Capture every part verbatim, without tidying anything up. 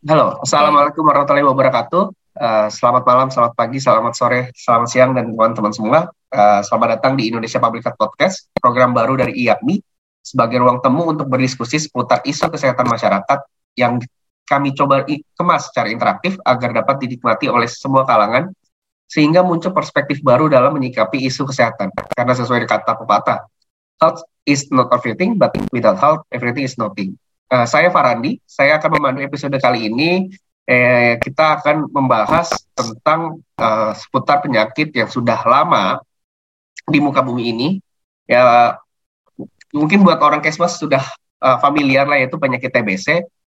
Halo, Oke. Assalamualaikum warahmatullahi wabarakatuh. Eh, selamat malam, selamat pagi, selamat sore, selamat siang, dan teman-teman semua. Eh, selamat datang di Indonesia Public Health Podcast, program baru dari I A P M I, sebagai ruang temu untuk berdiskusi seputar isu kesehatan masyarakat yang kami coba i- kemas secara interaktif agar dapat dinikmati oleh semua kalangan, sehingga muncul perspektif baru dalam menyikapi isu kesehatan. Karena sesuai kata pepatah, health is not everything, but without health, everything is nothing. Eh, saya Farandi, saya akan memandu episode kali ini. Eh, kita akan membahas tentang eh, seputar penyakit yang sudah lama di muka bumi ini. Ya, mungkin buat orang Kesmas sudah eh, familiar lah, yaitu penyakit T B C.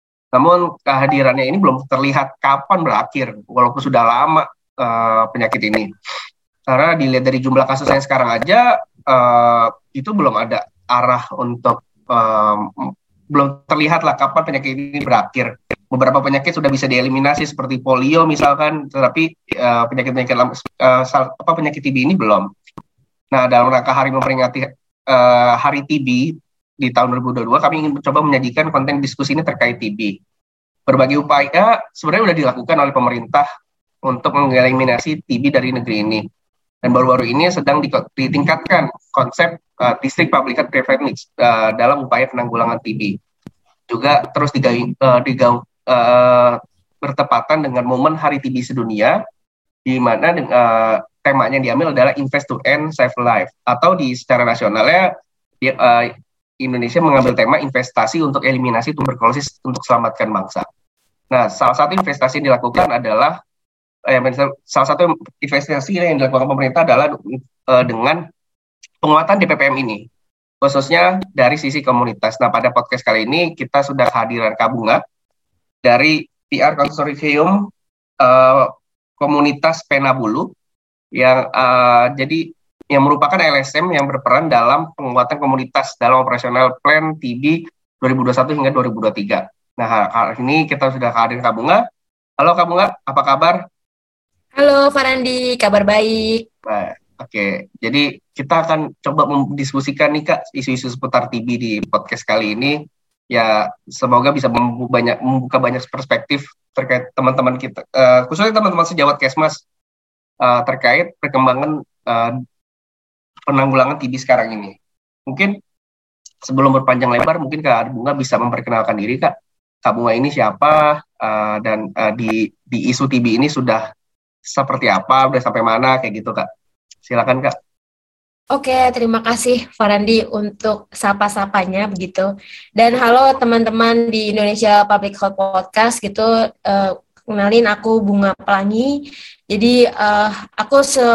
Namun kehadirannya ini belum terlihat kapan berakhir, walaupun sudah lama eh, penyakit ini. Karena dilihat dari jumlah kasus yang sekarang aja, eh, itu belum ada arah untuk, em, belum terlihat lah kapan penyakit ini berakhir. Beberapa penyakit sudah bisa dieliminasi seperti polio misalkan, tetapi eh, penyakit-penyakit lama- eh, sal- apa penyakit T B ini belum. Nah, dalam rangka hari memperingati eh, Hari T B di tahun dua ribu dua puluh dua, kami ingin mencoba menyajikan konten diskusi ini terkait T B. Berbagai upaya sebenarnya sudah dilakukan oleh pemerintah untuk mengeliminasi T B dari negeri ini. Dan baru-baru ini sedang ditingkatkan konsep uh, District Public Health Prevention uh, dalam upaya penanggulangan T B. Juga terus digaung, uh, digaung uh, bertepatan dengan momen Hari T B sedunia, di mana uh, temanya yang diambil adalah Invest to End Save Life, atau di secara nasionalnya di, uh, Indonesia mengambil tema investasi untuk eliminasi tuberkulosis untuk selamatkan bangsa. Nah, salah satu investasi yang dilakukan adalah eh, salah satu investasi yang dilakukan pemerintah adalah uh, dengan penguatan D P P M ini, khususnya dari sisi komunitas. Nah, pada podcast kali ini kita sudah kehadiran Kak Bunga dari P R Consortium uh, Komunitas Penabulu, yang uh, jadi yang merupakan L S M yang berperan dalam penguatan komunitas dalam operasional plan T B dua ribu dua puluh satu hingga dua ribu dua puluh tiga. Nah, hari ini kita sudah kehadiran Kak Bunga. Halo Kak Bunga, apa kabar? Halo Farandi, kabar baik. Nah, oke. Okay. Jadi kita akan coba mendiskusikan nih Kak isu-isu seputar T B di podcast kali ini. Ya, semoga bisa membuka banyak membuka banyak perspektif terkait teman-teman kita, uh, khususnya teman-teman sejawat Kesmas, uh, terkait perkembangan uh, penanggulangan T B sekarang ini. Mungkin sebelum berpanjang lebar, mungkin Kak Bunga bisa memperkenalkan diri Kak. Kak Bunga ini siapa, uh, dan uh, di di isu T B ini sudah seperti apa, udah sampai mana kayak gitu Kak. Silakan Kak. Oke, terima kasih Farandi untuk sapa-sapanya begitu. Dan halo teman-teman di Indonesia Public Health Podcast gitu. Eh, kenalin aku Bunga Pelangi. Jadi eh, aku se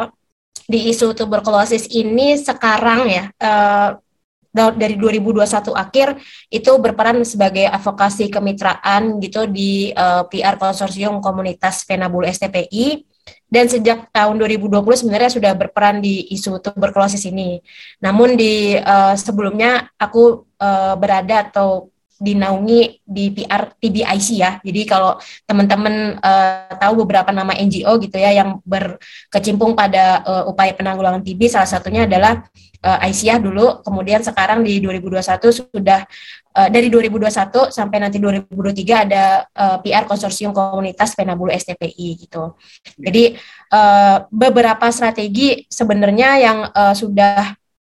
di isu tuberkulosis ini sekarang ya, eh, dari dua ribu dua puluh satu akhir itu berperan sebagai advokasi kemitraan gitu di uh, P R konsorsium komunitas Penabul S T P I, dan sejak tahun dua ribu dua puluh sebenarnya sudah berperan di isu tuberkulosis ini. Namun di uh, sebelumnya aku uh, berada atau dinaungi di P R T B I C ya. Jadi kalau teman-teman uh, tahu beberapa nama N G O gitu ya yang berkecimpung pada uh, upaya penanggulangan T B, salah satunya adalah uh, Aisyah dulu, kemudian sekarang di dua ribu dua puluh satu sudah uh, dari dua ribu dua puluh satu sampai nanti dua ribu dua puluh tiga ada uh, P R konsorsium komunitas Penabulu S T P I gitu. Jadi uh, beberapa strategi sebenarnya yang uh, sudah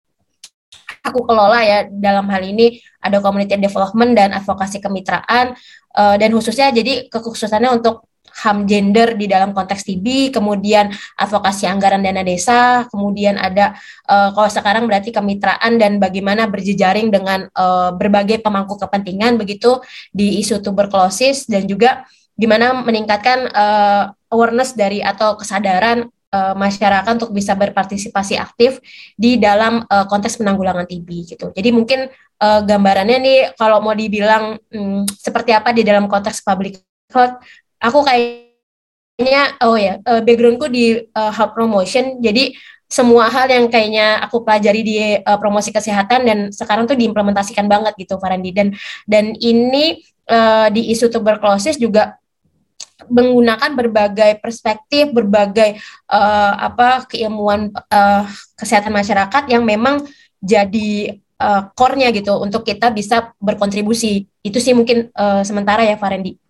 aku kelola ya dalam hal ini ada community development dan advokasi kemitraan, uh, dan khususnya jadi kekhususannya untuk H A M gender di dalam konteks T B, kemudian advokasi anggaran dana desa, kemudian ada uh, kalau sekarang berarti kemitraan dan bagaimana berjejaring dengan uh, berbagai pemangku kepentingan begitu di isu tuberkulosis, dan juga gimana meningkatkan uh, awareness dari atau kesadaran uh, masyarakat untuk bisa berpartisipasi aktif di dalam uh, konteks penanggulangan T B gitu. Jadi mungkin uh, gambarannya nih kalau mau dibilang hmm, seperti apa di dalam konteks public health, aku kayaknya oh ya uh, backgroundku di uh, health promotion, jadi semua hal yang kayaknya aku pelajari di uh, promosi kesehatan dan sekarang tuh diimplementasikan banget gitu Farandi, dan dan ini uh, di isu tuberkulosis juga menggunakan berbagai perspektif, berbagai uh, apa keilmuan uh, kesehatan masyarakat yang memang jadi uh, core-nya gitu untuk kita bisa berkontribusi. Itu sih mungkin uh, sementara ya Farendi.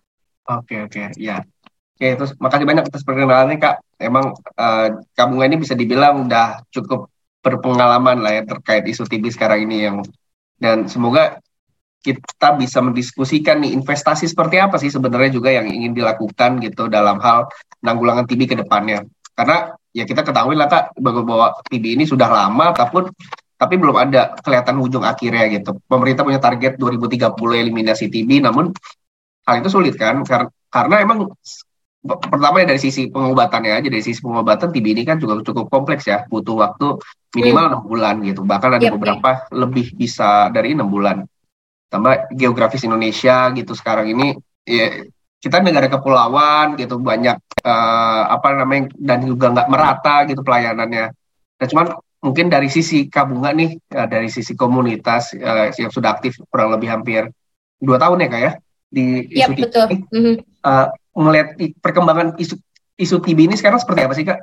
Oke, oke, ya. Oke, terus makasih banyak atas perkenalannya Kak. Emang uh, Kak Bunga ini bisa dibilang udah cukup berpengalaman lah ya terkait isu T B sekarang ini yang dan semoga kita bisa mendiskusikan nih investasi seperti apa sih sebenarnya juga yang ingin dilakukan gitu dalam hal penanggulangan T B ke depannya. Karena ya kita ketahui lah Kak bahwa bahwa T B ini sudah lama tapi tapi belum ada kelihatan ujung akhirnya gitu. Pemerintah punya target dua ribu tiga puluh eliminasi T B, namun hal itu sulit kan Kar- karena emang pertama ya dari sisi pengobatannya aja, dari sisi pengobatan T B ini kan juga cukup kompleks ya, butuh waktu minimal Hmm, enam bulan gitu, bahkan ada yep, yep. beberapa lebih bisa dari enam bulan, tambah geografis Indonesia gitu sekarang ini ya, kita negara kepulauan gitu, banyak eh, apa namanya, dan juga nggak merata gitu pelayanannya. Nah cuman mungkin dari sisi Kabunga nih, eh, dari sisi komunitas eh, yang sudah aktif kurang lebih hampir dua tahun ya kak ya di isu Yap, T B betul. ini, Mhm. uh, melihat perkembangan isu isu T B ini sekarang seperti apa sih kak?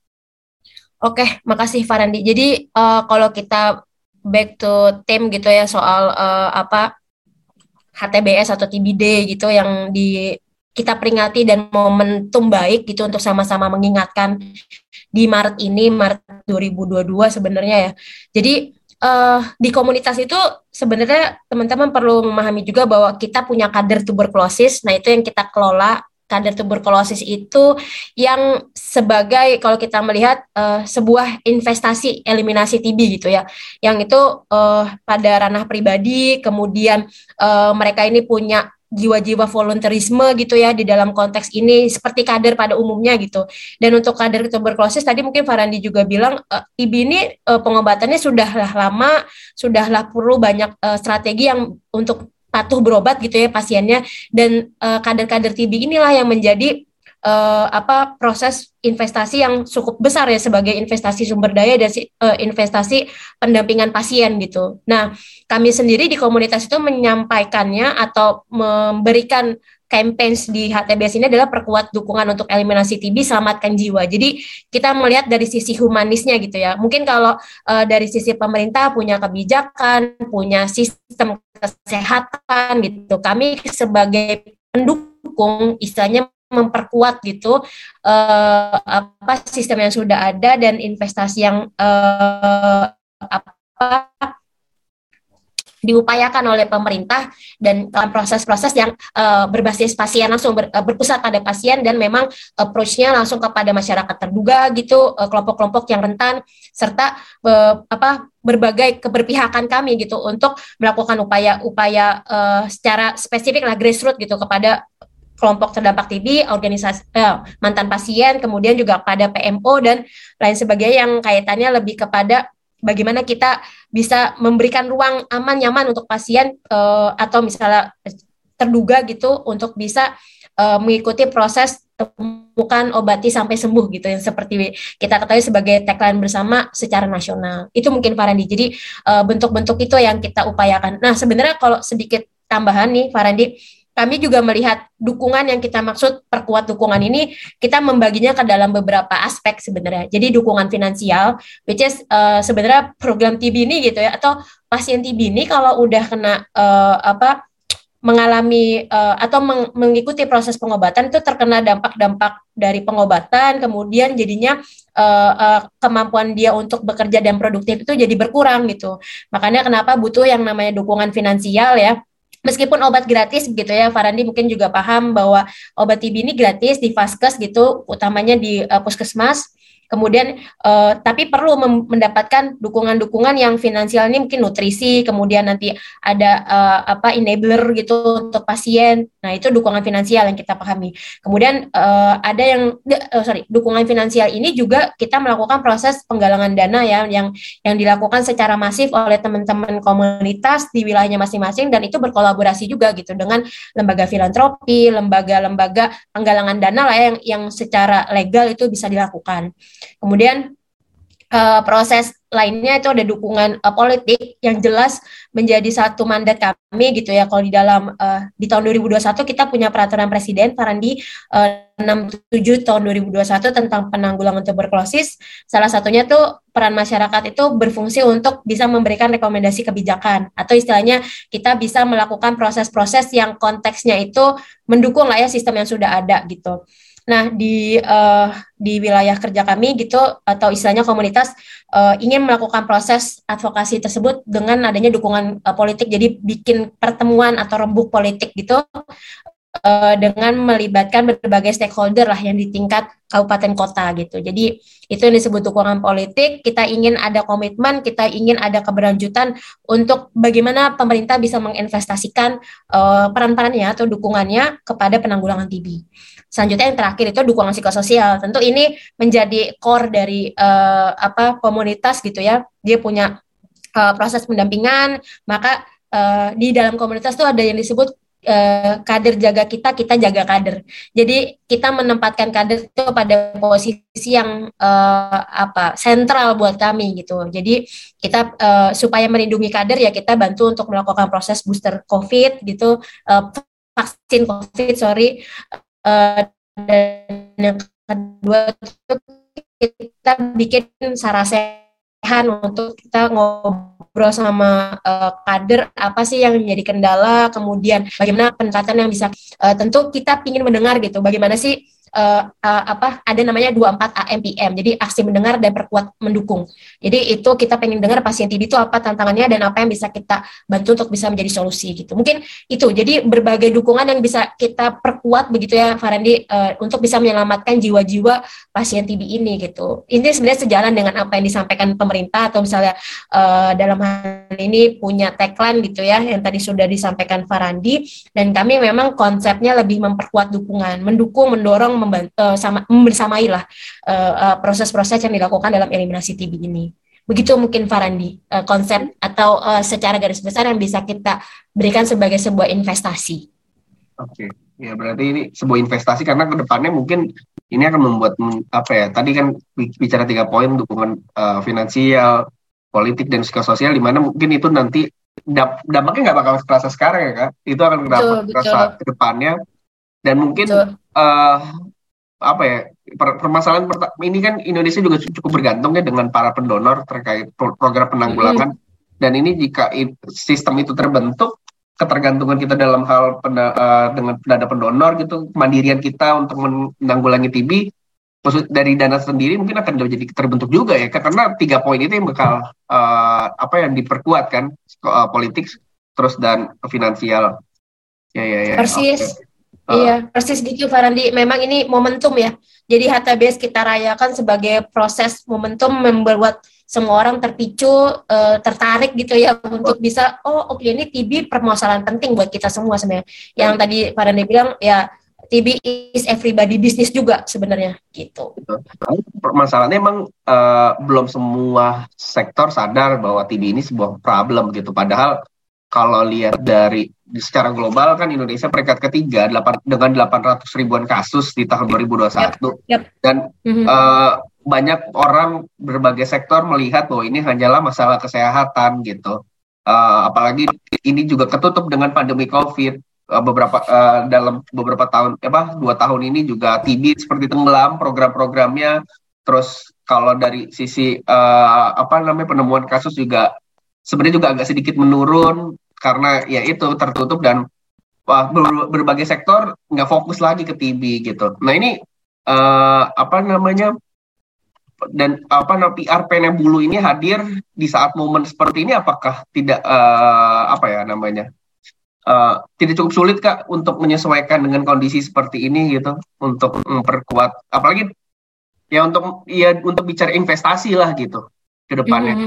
Oke, makasih Farandi. Jadi eh, kalau kita back to theme gitu ya soal eh, apa H T B S atau T B D gitu yang di kita peringati dan momentum baik gitu untuk sama-sama mengingatkan di Maret ini, Maret dua ribu dua puluh dua sebenarnya ya. Jadi eh, di komunitas itu sebenarnya teman-teman perlu memahami juga bahwa kita punya kader tuberkulosis. Nah, itu yang kita kelola. Kader tuberkulosis itu yang sebagai kalau kita melihat eh, sebuah investasi eliminasi T B gitu ya. Yang itu eh, pada ranah pribadi, kemudian eh, mereka ini punya jiwa-jiwa volunteerisme gitu ya di dalam konteks ini seperti kader pada umumnya gitu. Dan untuk kader tuberkulosis tadi mungkin Farandi juga bilang uh, T B ini uh, pengobatannya sudahlah lama, sudahlah perlu banyak uh, strategi yang untuk patuh berobat gitu ya pasiennya dan uh, kader-kader T B inilah yang menjadi uh, apa proses investasi yang cukup besar ya sebagai investasi sumber daya dan uh, investasi pendampingan pasien gitu. Nah, kami sendiri di komunitas itu menyampaikannya atau memberikan campaigns di H T B S ini adalah perkuat dukungan untuk eliminasi T B, selamatkan jiwa. Jadi kita melihat dari sisi humanisnya gitu ya. Mungkin kalau uh, dari sisi pemerintah punya kebijakan, punya sistem kesehatan gitu. Kami sebagai pendukung istilahnya memperkuat gitu uh, apa sistem yang sudah ada dan investasi yang uh, apa diupayakan oleh pemerintah dan dalam proses-proses yang uh, berbasis pasien langsung ber, uh, berpusat pada pasien dan memang approach-nya langsung kepada masyarakat terduga gitu uh, kelompok-kelompok yang rentan serta uh, apa berbagai keberpihakan kami gitu untuk melakukan upaya-upaya uh, secara spesifik lah grassroots gitu kepada kelompok terdampak T B, organisasi eh, mantan pasien, kemudian juga pada P M O dan lain sebagainya yang kaitannya lebih kepada bagaimana kita bisa memberikan ruang aman nyaman untuk pasien uh, atau misalnya terduga gitu untuk bisa uh, mengikuti proses temukan obati sampai sembuh gitu yang seperti kita ketahui sebagai tagline bersama secara nasional. Itu mungkin Farandi. Jadi uh, bentuk-bentuk itu yang kita upayakan. Nah, sebenarnya kalau sedikit tambahan nih Farandi, kami juga melihat dukungan yang kita maksud perkuat dukungan ini kita membaginya ke dalam beberapa aspek sebenarnya. Jadi dukungan finansial, which is uh, sebenarnya program T B ini gitu ya, atau pasien T B ini kalau udah kena uh, apa mengalami uh, atau meng- mengikuti proses pengobatan itu terkena dampak-dampak dari pengobatan, kemudian jadinya uh, uh, kemampuan dia untuk bekerja dan produktif itu jadi berkurang gitu. Makanya kenapa butuh yang namanya dukungan finansial ya. Meskipun obat gratis gitu ya, Farandi mungkin juga paham bahwa obat T B ini gratis di Vaskes gitu, utamanya di uh, puskesmas. Kemudian, uh, tapi perlu mem- mendapatkan dukungan-dukungan yang finansial ini mungkin nutrisi, kemudian nanti ada uh, apa enabler gitu untuk pasien. Nah itu dukungan finansial yang kita pahami. Kemudian uh, ada yang, uh, sorry, dukungan finansial ini juga kita melakukan proses penggalangan dana ya, yang yang dilakukan secara masif oleh teman-teman komunitas di wilayahnya masing-masing dan itu berkolaborasi juga gitu dengan lembaga filantropi, lembaga-lembaga penggalangan dana lah yang yang secara legal itu bisa dilakukan. Kemudian uh, proses lainnya itu ada dukungan uh, politik yang jelas menjadi satu mandat kami gitu ya. Kalau di dalam uh, di tahun dua ribu dua puluh satu kita punya peraturan presiden Farandi uh, enam puluh tujuh tahun dua ribu dua puluh satu tentang penanggulangan tuberkulosis. Salah satunya tuh peran masyarakat itu berfungsi untuk bisa memberikan rekomendasi kebijakan, atau istilahnya kita bisa melakukan proses-proses yang konteksnya itu mendukung lah ya sistem yang sudah ada gitu. Nah, di uh, di wilayah kerja kami gitu, atau istilahnya komunitas uh, ingin melakukan proses advokasi tersebut dengan adanya dukungan uh, politik. Jadi bikin pertemuan atau rembuk politik gitu uh, dengan melibatkan berbagai stakeholder lah yang di tingkat kabupaten kota gitu. Jadi itu yang disebut dukungan politik. Kita ingin ada komitmen, kita ingin ada keberlanjutan untuk bagaimana pemerintah bisa menginvestasikan uh, peran-perannya atau dukungannya kepada penanggulangan T B. Selanjutnya yang terakhir itu dukungan psikososial. Tentu ini menjadi core dari uh, apa komunitas gitu ya. Dia punya uh, proses pendampingan, maka uh, di dalam komunitas itu ada yang disebut uh, kader jaga kita, kita jaga kader. Jadi kita menempatkan kader itu pada posisi yang uh, apa sentral buat kami gitu. Jadi kita uh, supaya melindungi kader ya kita bantu untuk melakukan proses booster COVID gitu, uh, vaksin COVID sorry. Uh, dan yang kedua itu kita bikin sarasehan untuk kita ngobrol sama uh, kader apa sih yang menjadi kendala, kemudian bagaimana pendekatan yang bisa uh, tentu kita ingin mendengar gitu bagaimana sih uh, uh, apa ada namanya dua puluh empat A M P M, jadi aksi mendengar dan perkuat mendukung. Jadi itu kita pengen dengar pasien T B itu apa tantangannya dan apa yang bisa kita bantu untuk bisa menjadi solusi gitu. Mungkin itu jadi berbagai dukungan yang bisa kita perkuat begitu ya Farandi uh, untuk bisa menyelamatkan jiwa-jiwa pasien T B ini gitu. Ini sebenarnya sejalan dengan apa yang disampaikan pemerintah atau misalnya uh, dalam hal ini punya tagline gitu ya yang tadi sudah disampaikan Farandi, dan kami memang konsepnya lebih memperkuat dukungan, mendukung, mendorong, membantu, uh, sama membersamai lah uh, uh, proses-proses yang dilakukan dalam eliminasi T B ini. Begitu mungkin Farandi uh, konsep atau uh, secara garis besar yang bisa kita berikan sebagai sebuah investasi. Oke, ya berarti ini sebuah investasi karena kedepannya mungkin ini akan membuat apa ya? Tadi kan bicara tiga poin dukungan uh, finansial, politik dan psikososial, di mana mungkin itu nanti damp- dampaknya nggak bakal terasa sekarang ya kak? Itu akan terasa ke depannya dan mungkin uh, apa ya? Per- permasalahan perta- ini kan Indonesia juga cukup bergantung ya dengan para pendonor terkait pro- program penanggulangan mm-hmm. dan ini jika it, sistem itu terbentuk, ketergantungan kita dalam hal penda, uh, dengan dana pendonor gitu, kemandirian kita untuk menanggulangi T B maksud dari dana sendiri mungkin akan jadi terbentuk juga ya karena tiga poin itu yang bakal uh, apa yang diperkuat kan uh, politik terus dan finansial. Ya ya ya. Persis. Okay. Iya, persis gitu Farandi. Memang ini momentum ya. Jadi H T B S kita rayakan sebagai proses momentum membuat semua orang terpicu, uh, tertarik gitu ya untuk bisa, oh oke okay, ini T B permasalahan penting buat kita semua sebenarnya. Yang tadi Farandi bilang ya T B is everybody business juga sebenarnya gitu. Permasalahannya emang uh, belum semua sektor sadar bahwa T B ini sebuah problem gitu. Padahal kalau lihat dari secara global kan Indonesia peringkat ketiga delapan, dengan delapan ratus ribuan kasus di tahun dua ribu dua puluh satu yep, yep. dan mm-hmm. uh, banyak orang berbagai sektor melihat bahwa ini hanyalah masalah kesehatan gitu. Uh, apalagi ini juga ketutup dengan pandemi COVID uh, beberapa uh, dalam beberapa tahun apa dua tahun ini juga T B seperti tenggelam program-programnya. Terus kalau dari sisi uh, apa namanya penemuan kasus juga sebenarnya juga agak sedikit menurun karena ya itu tertutup dan wah, ber- berbagai sektor nggak fokus lagi ke T B gitu. Nah ini uh, apa namanya dan apa namanya P R P N Bulu ini hadir di saat momen seperti ini apakah tidak uh, apa ya namanya uh, tidak cukup sulit kak untuk menyesuaikan dengan kondisi seperti ini gitu untuk memperkuat apalagi ya untuk ya untuk bicara investasi lah gitu ke depannya.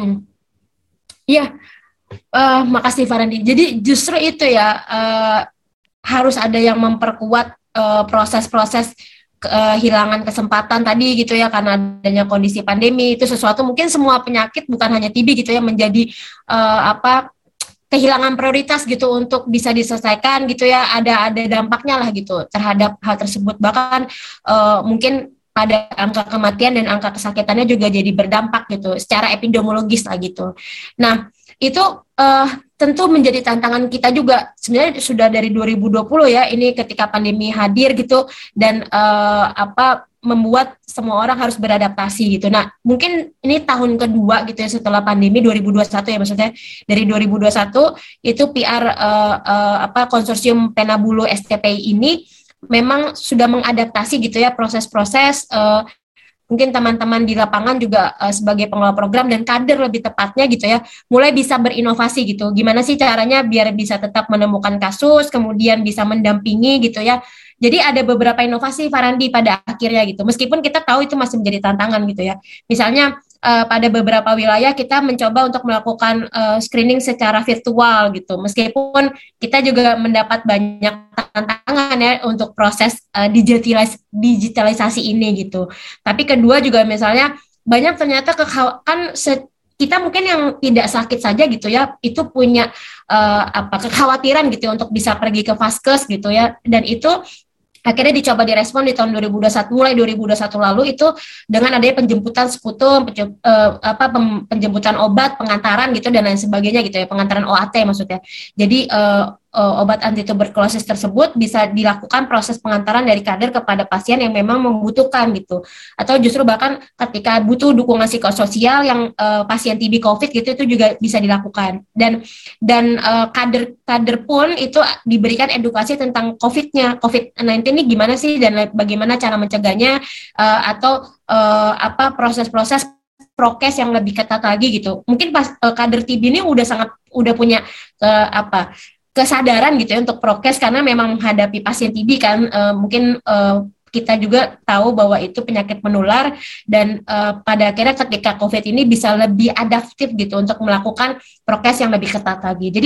Iya. Mm-hmm. Uh, makasih Farandi. Jadi justru itu ya uh, harus ada yang memperkuat uh, proses-proses kehilangan uh, kesempatan tadi gitu ya karena adanya kondisi pandemi itu sesuatu mungkin semua penyakit bukan hanya T B gitu ya menjadi uh, apa kehilangan prioritas gitu untuk bisa diselesaikan gitu ya ada ada dampaknya lah gitu terhadap hal tersebut bahkan uh, mungkin pada angka kematian dan angka kesakitannya juga jadi berdampak gitu secara epidemiologis lah gitu. Nah, itu uh, tentu menjadi tantangan kita juga. Sebenarnya sudah dari dua ribu dua puluh ya, ini ketika pandemi hadir gitu dan uh, apa membuat semua orang harus beradaptasi gitu. Nah, mungkin ini tahun kedua gitu ya setelah pandemi dua ribu dua puluh satu ya, maksudnya dari dua ribu dua puluh satu itu P R uh, uh, apa konsorsium Penabulu S T P I ini memang sudah mengadaptasi gitu ya proses-proses uh, mungkin teman-teman di lapangan juga uh, sebagai pengelola program dan kader lebih tepatnya gitu ya mulai bisa berinovasi gitu. Gimana sih caranya biar bisa tetap menemukan kasus, kemudian bisa mendampingi gitu ya. Jadi ada beberapa inovasi Farandi pada akhirnya gitu. Meskipun kita tahu itu masih menjadi tantangan gitu ya. Misalnya uh, pada beberapa wilayah kita mencoba untuk melakukan uh, screening secara virtual gitu. Meskipun kita juga mendapat banyak tantangan ya untuk proses uh, digitalis- digitalisasi ini gitu. Tapi kedua juga misalnya banyak ternyata kekhaw- kan se- kita mungkin yang tidak sakit saja gitu ya itu punya uh, apa kekhawatiran gitu untuk bisa pergi ke vaskes gitu ya, dan itu akhirnya dicoba direspon di tahun dua ribu dua puluh satu, mulai dua ribu dua puluh satu lalu itu dengan adanya penjemputan sekutum, penjem, uh, apa pem, penjemputan obat, pengantaran gitu dan lain sebagainya gitu ya, pengantaran O A T maksudnya. Jadi uh, uh, obat anti tuberkulosis tersebut bisa dilakukan proses pengantaran dari kader kepada pasien yang memang membutuhkan gitu. Atau justru bahkan ketika butuh dukungan psikososial yang uh, pasien T B COVID gitu itu juga bisa dilakukan. Dan dan uh, kader kader pun itu diberikan edukasi tentang COVID-nya, COVID sembilan belas ini gimana sih dan bagaimana cara mencegahnya uh, atau uh, apa proses-proses prokes yang lebih ketat lagi gitu. Mungkin pas uh, kader T B ini udah sangat udah punya uh, apa kesadaran gitu ya untuk prokes karena memang menghadapi pasien T B kan uh, mungkin uh, kita juga tahu bahwa itu penyakit menular dan uh, pada akhirnya ketika COVID ini bisa lebih adaptif gitu untuk melakukan prokes yang lebih ketat lagi. Jadi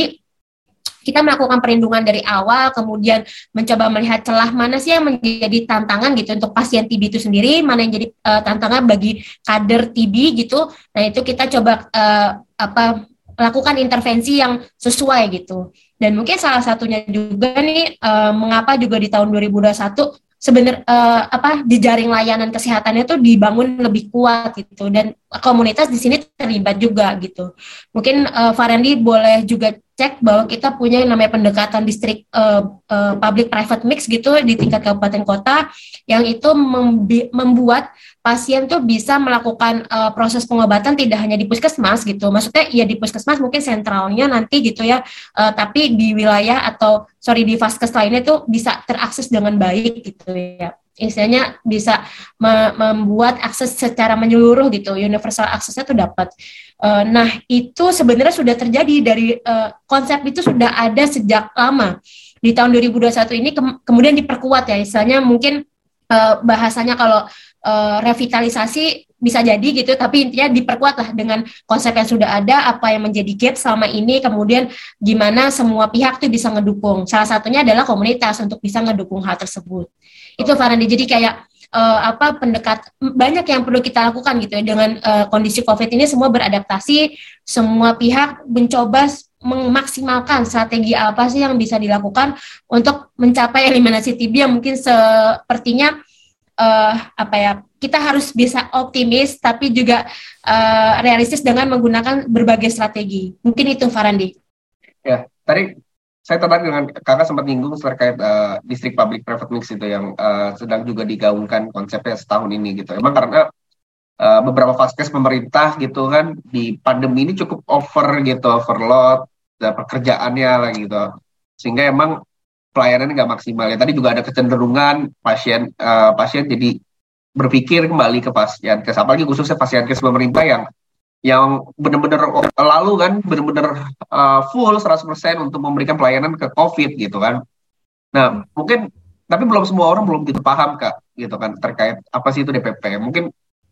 kita melakukan perlindungan dari awal, kemudian mencoba melihat celah mana sih yang menjadi tantangan gitu untuk pasien T B itu sendiri, mana yang jadi uh, tantangan bagi kader T B gitu. Nah itu kita coba uh, apa lakukan intervensi yang sesuai gitu. Dan mungkin salah satunya juga nih uh, mengapa juga di tahun dua ribu dua puluh satu sebenarnya uh, apa jejaring layanan kesehatannya tuh dibangun lebih kuat gitu dan komunitas di sini terlibat juga gitu. Mungkin uh, Farandi boleh juga cek bahwa kita punya yang namanya pendekatan distrik uh, uh, public private mix gitu di tingkat kabupaten kota yang itu membi- membuat pasien tuh bisa melakukan uh, proses pengobatan tidak hanya di puskesmas gitu. Maksudnya ya di puskesmas mungkin sentralnya nanti gitu ya, uh, tapi di wilayah atau sorry di vaskes lainnya tuh bisa terakses dengan baik gitu ya. Istilahnya bisa me- membuat akses secara menyeluruh gitu, universal aksesnya tuh dapat. Uh, nah itu sebenarnya sudah terjadi dari uh, konsep itu sudah ada sejak lama. Di tahun dua ribu dua puluh satu ini ke- kemudian diperkuat ya, istilahnya mungkin uh, bahasanya kalau uh, revitalisasi bisa jadi gitu, tapi intinya diperkuat lah dengan konsep yang sudah ada, apa yang menjadi gap selama ini, kemudian gimana semua pihak tuh bisa ngedukung. Salah satunya adalah komunitas untuk bisa ngedukung hal tersebut. Itu Farandi, jadi kayak uh, apa pendekat banyak yang perlu kita lakukan gitu ya dengan uh, kondisi COVID ini, semua beradaptasi, semua pihak mencoba memaksimalkan strategi apa sih yang bisa dilakukan untuk mencapai eliminasi T B yang mungkin sepertinya uh, apa ya kita harus bisa optimis tapi juga uh, realistis dengan menggunakan berbagai strategi. Mungkin itu Farandi. Ya, tadi saya tertarik dengan kakak sempat nyinggung terkait uh, distrik public private mix itu yang uh, sedang juga digaungkan konsepnya setahun ini gitu. Emang karena uh, beberapa vaskes pemerintah gitu kan di pandemi ini cukup over gitu, overload dan pekerjaannya lah gitu. Sehingga emang pelayanannya nggak maksimal. Ya, tadi juga ada kecenderungan pasien uh, pasien jadi berpikir kembali ke pasien kes, apalagi khususnya pasien kes pemerintah yang yang benar-benar lalu kan benar-benar uh, full seratus persen untuk memberikan pelayanan ke COVID gitu kan. Nah, mungkin tapi belum semua orang belum gitu paham Kak gitu kan terkait apa sih itu D P P. Mungkin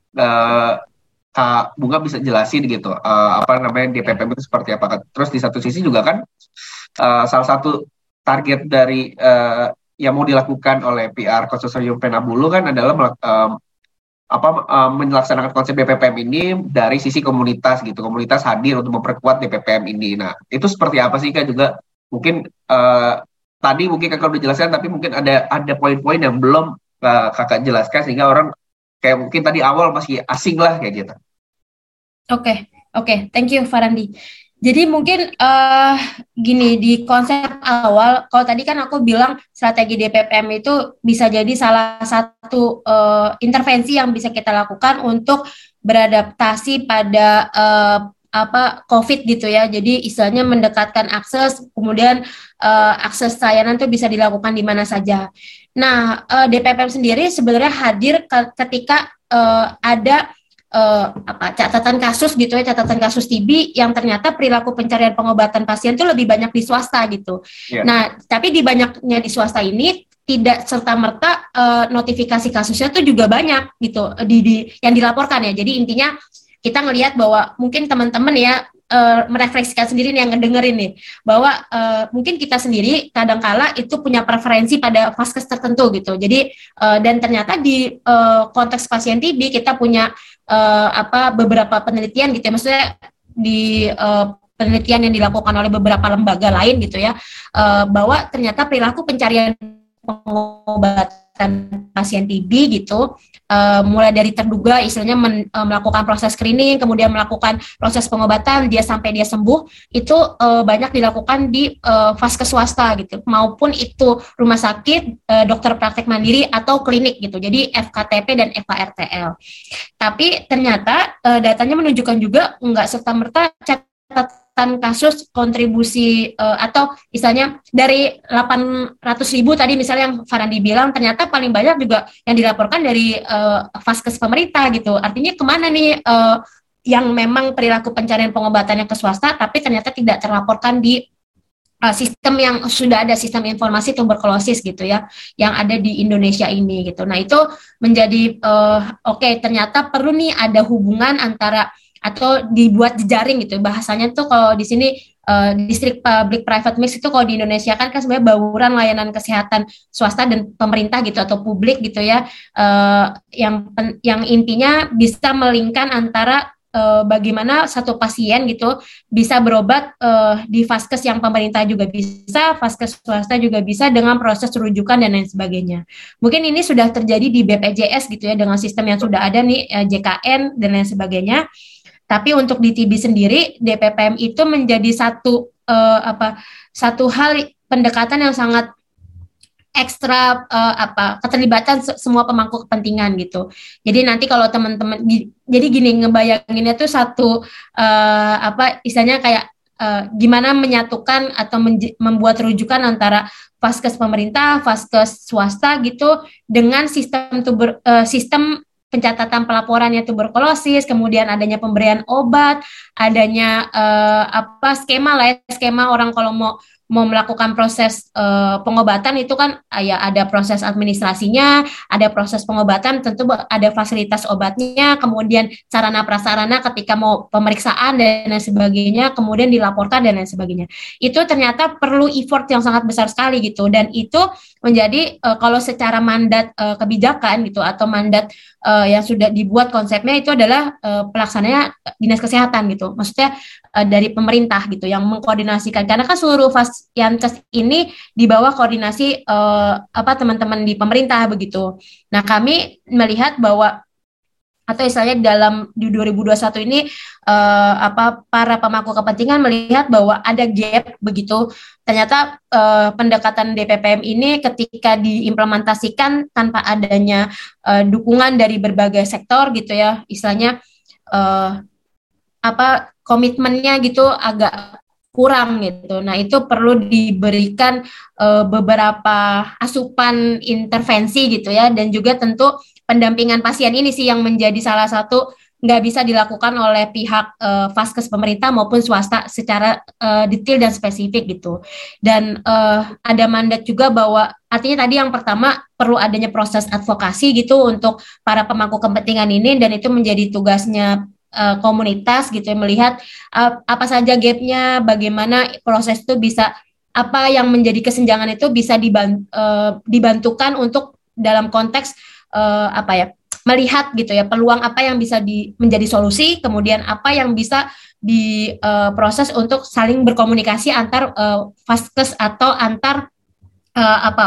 uh, Kak Bunga bisa jelasin gitu uh, apa namanya D P P itu seperti apa. Terus di satu sisi juga kan uh, salah satu target dari uh, yang mau dilakukan oleh P R Konsorsium Penabulu kan adalah uh, apa uh, melaksanakan konsep D P P M ini dari sisi komunitas gitu, komunitas hadir untuk memperkuat D P P M ini. Nah, itu seperti apa sih Kak juga mungkin uh, tadi mungkin Kakak udah jelaskan tapi mungkin ada ada poin-poin yang belum uh, Kakak jelaskan sehingga orang kayak mungkin tadi awal masih asing lah kayak gitu. Oke, okay, oke, okay. Thank you Farandi. Jadi mungkin uh, gini, di konsep awal, kalau tadi kan aku bilang strategi D P P M itu bisa jadi salah satu uh, intervensi yang bisa kita lakukan untuk beradaptasi pada uh, apa COVID gitu ya. Jadi istilahnya mendekatkan akses, kemudian uh, akses layanan itu bisa dilakukan di mana saja. Nah, uh, D P P M sendiri sebenarnya hadir ke, ketika uh, ada Uh, apa catatan kasus gitu ya, catatan kasus T B yang ternyata perilaku pencarian pengobatan pasien itu lebih banyak di swasta gitu. Yeah. Nah, tapi di banyaknya di swasta ini tidak serta-merta uh, notifikasi kasusnya itu juga banyak gitu di, di yang dilaporkan ya. Jadi intinya kita ngelihat bahwa mungkin teman-teman ya uh, merefleksikan sendiri nih yang ngedengerin nih, bahwa uh, mungkin kita sendiri kadangkala itu punya preferensi pada vaskes tertentu gitu. Jadi uh, dan ternyata di uh, konteks pasien T B kita punya uh, apa beberapa penelitian gitu ya, maksudnya di uh, penelitian yang dilakukan oleh beberapa lembaga lain gitu ya, uh, bahwa ternyata perilaku pencarian pengobatan pasien T B gitu, uh, mulai dari terduga istilahnya men, uh, melakukan proses screening, kemudian melakukan proses pengobatan dia sampai dia sembuh, itu uh, banyak dilakukan di uh, vaskes swasta gitu, maupun itu rumah sakit, uh, dokter praktek mandiri atau klinik gitu, jadi F K T P dan F K R T L. Tapi ternyata uh, datanya menunjukkan juga enggak serta-merta catatan kasus kontribusi uh, atau misalnya dari delapan ratus ribu tadi misalnya yang Farandi bilang, ternyata paling banyak juga yang dilaporkan dari uh, vaskes pemerintah gitu. Artinya kemana nih uh, yang memang perilaku pencarian pengobatannya ke swasta tapi ternyata tidak terlaporkan di uh, sistem yang sudah ada, sistem informasi tuberkulosis gitu ya, yang ada di Indonesia ini gitu. Nah itu menjadi uh, oke okay, ternyata perlu nih ada hubungan antara atau dibuat jejaring gitu bahasanya tuh, kalau di sini uh, distrik public private mix itu kalau di Indonesia kan kan sebenarnya bauran layanan kesehatan swasta dan pemerintah gitu atau publik gitu ya, uh, yang yang intinya bisa melingkan antara uh, bagaimana satu pasien gitu bisa berobat uh, di vaskes yang pemerintah juga bisa, vaskes swasta juga bisa dengan proses rujukan dan lain sebagainya. Mungkin ini sudah terjadi di B P J S gitu ya dengan sistem yang sudah ada nih, uh, J K N dan lain sebagainya. Tapi untuk di T B sendiri, D P P M itu menjadi satu uh, apa satu hal pendekatan yang sangat ekstra, uh, apa keterlibatan semua pemangku kepentingan gitu. Jadi nanti kalau teman-teman, jadi gini ngebayanginnya tuh satu uh, apa istilahnya kayak uh, gimana menyatukan atau menj- membuat rujukan antara vaskes pemerintah, vaskes swasta gitu dengan sistem tuber, uh, sistem pencatatan pelaporannya tuberkulosis, kemudian adanya pemberian obat, adanya uh, apa skema lah ya, skema orang kalau mau mau melakukan proses uh, pengobatan itu kan uh, ya ada proses administrasinya, ada proses pengobatan, tentu ada fasilitas obatnya, kemudian sarana prasarana ketika mau pemeriksaan dan lain sebagainya, kemudian dilaporkan dan lain sebagainya. Itu ternyata perlu effort yang sangat besar sekali gitu, dan itu menjadi uh, kalau secara mandat uh, kebijakan gitu atau mandat uh, yang sudah dibuat konsepnya itu adalah uh, pelaksananya dinas kesehatan gitu, maksudnya uh, dari pemerintah gitu yang mengkoordinasikan, karena kan seluruh fas Yankes ini di bawah koordinasi uh, apa teman-teman di pemerintah begitu. Nah kami melihat bahwa atau istilahnya dalam di dua ribu dua puluh satu ini uh, apa para pemangku kepentingan melihat bahwa ada gap begitu. Ternyata uh, pendekatan D P P M ini ketika diimplementasikan tanpa adanya uh, dukungan dari berbagai sektor gitu ya, istilahnya uh, apa komitmennya gitu agak kurang gitu. Nah itu perlu diberikan uh, beberapa asupan intervensi gitu ya, dan juga tentu pendampingan pasien ini sih yang menjadi salah satu nggak bisa dilakukan oleh pihak uh, vaskes pemerintah maupun swasta secara uh, detail dan spesifik gitu. Dan uh, ada mandat juga bahwa artinya tadi yang pertama perlu adanya proses advokasi gitu untuk para pemangku kepentingan ini, dan itu menjadi tugasnya Uh, komunitas gitu ya, melihat uh, apa saja gapnya, bagaimana proses itu bisa, apa yang menjadi kesenjangan itu bisa dibantu, uh, dibantukan untuk dalam konteks uh, apa ya melihat gitu ya peluang apa yang bisa di, menjadi solusi, kemudian apa yang bisa diproses uh, untuk saling berkomunikasi antar uh, vaskes atau antar uh, apa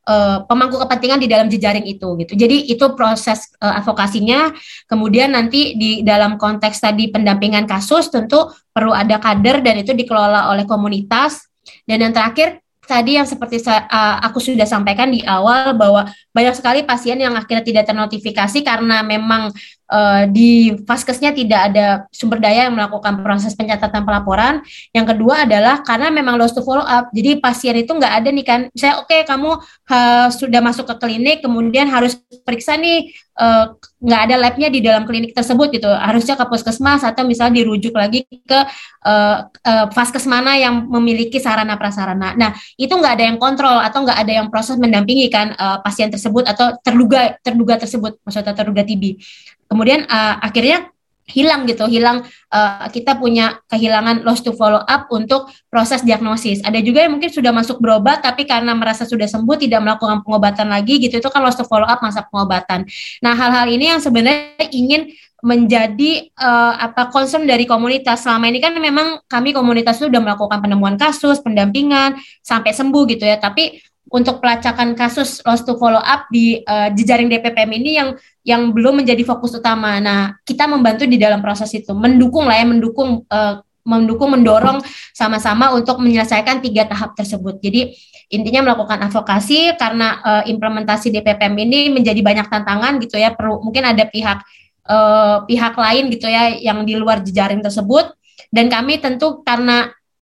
uh, pemangku kepentingan di dalam jejaring itu gitu. Jadi itu proses uh, advokasinya. Kemudian nanti di dalam konteks tadi pendampingan kasus tentu perlu ada kader dan itu dikelola oleh komunitas. Dan yang terakhir tadi yang seperti uh, aku sudah sampaikan di awal bahwa banyak sekali pasien yang akhirnya tidak ternotifikasi karena memang uh, di Vaskesnya tidak ada sumber daya yang melakukan proses pencatatan pelaporan. Yang kedua adalah karena memang lost to follow up. Jadi pasien itu nggak ada nih kan, saya oke okay, kamu uh, sudah masuk ke klinik, kemudian harus periksa nih, uh, nggak ada labnya di dalam klinik tersebut gitu. Harusnya ke puskesmas atau misalnya dirujuk lagi ke uh, uh, Vaskes mana yang memiliki sarana prasarana. Nah, itu nggak ada yang kontrol atau nggak ada yang proses mendampingi kan uh, pasien tersebut atau terduga terduga tersebut, maksudnya terduga T B. Kemudian uh, akhirnya hilang gitu, hilang uh, kita punya kehilangan lost to follow up untuk proses diagnosis. Ada juga yang mungkin sudah masuk berobat tapi karena merasa sudah sembuh tidak melakukan pengobatan lagi gitu, itu kan lost to follow up masa pengobatan. Nah, hal-hal ini yang sebenarnya ingin menjadi uh, apa concern dari komunitas. Selama ini kan memang kami komunitas itu sudah melakukan penemuan kasus, pendampingan sampai sembuh gitu ya. Tapi untuk pelacakan kasus lost to follow up di uh, jejaring D P P M ini yang yang belum menjadi fokus utama. Nah, kita membantu di dalam proses itu, mendukung lah ya, mendukung uh, mendukung mendorong sama-sama untuk menyelesaikan tiga tahap tersebut. Jadi intinya melakukan advokasi karena uh, implementasi D P P M ini menjadi banyak tantangan gitu ya. Perlu mungkin ada pihak uh, pihak lain gitu ya yang di luar jejaring tersebut, dan kami tentu karena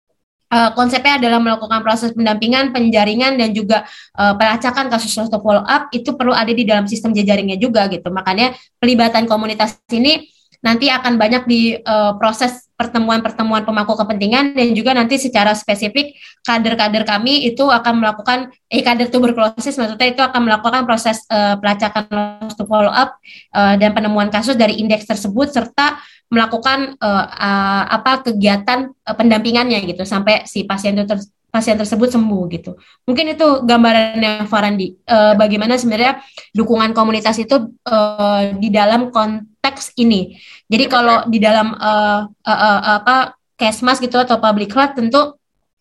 Uh, konsepnya adalah melakukan proses pendampingan, penjaringan, dan juga uh, pelacakan kasus lost to follow up itu perlu ada di dalam sistem jejaringnya juga gitu. Makanya pelibatan komunitas ini nanti akan banyak di uh, proses pertemuan-pertemuan pemangku kepentingan, dan juga nanti secara spesifik kader-kader kami itu akan melakukan, eh kader tuberkulosis maksudnya itu akan melakukan proses uh, pelacakan lost to follow up uh, dan penemuan kasus dari indeks tersebut, serta melakukan uh, uh, apa kegiatan uh, pendampingannya gitu sampai si pasien itu ter- pasien tersebut sembuh gitu. Mungkin itu gambarannya Farandi. Uh, bagaimana sebenarnya dukungan komunitas itu uh, di dalam konteks ini. Jadi kalau di dalam uh, uh, uh, apa Kesmas gitu atau public health, tentu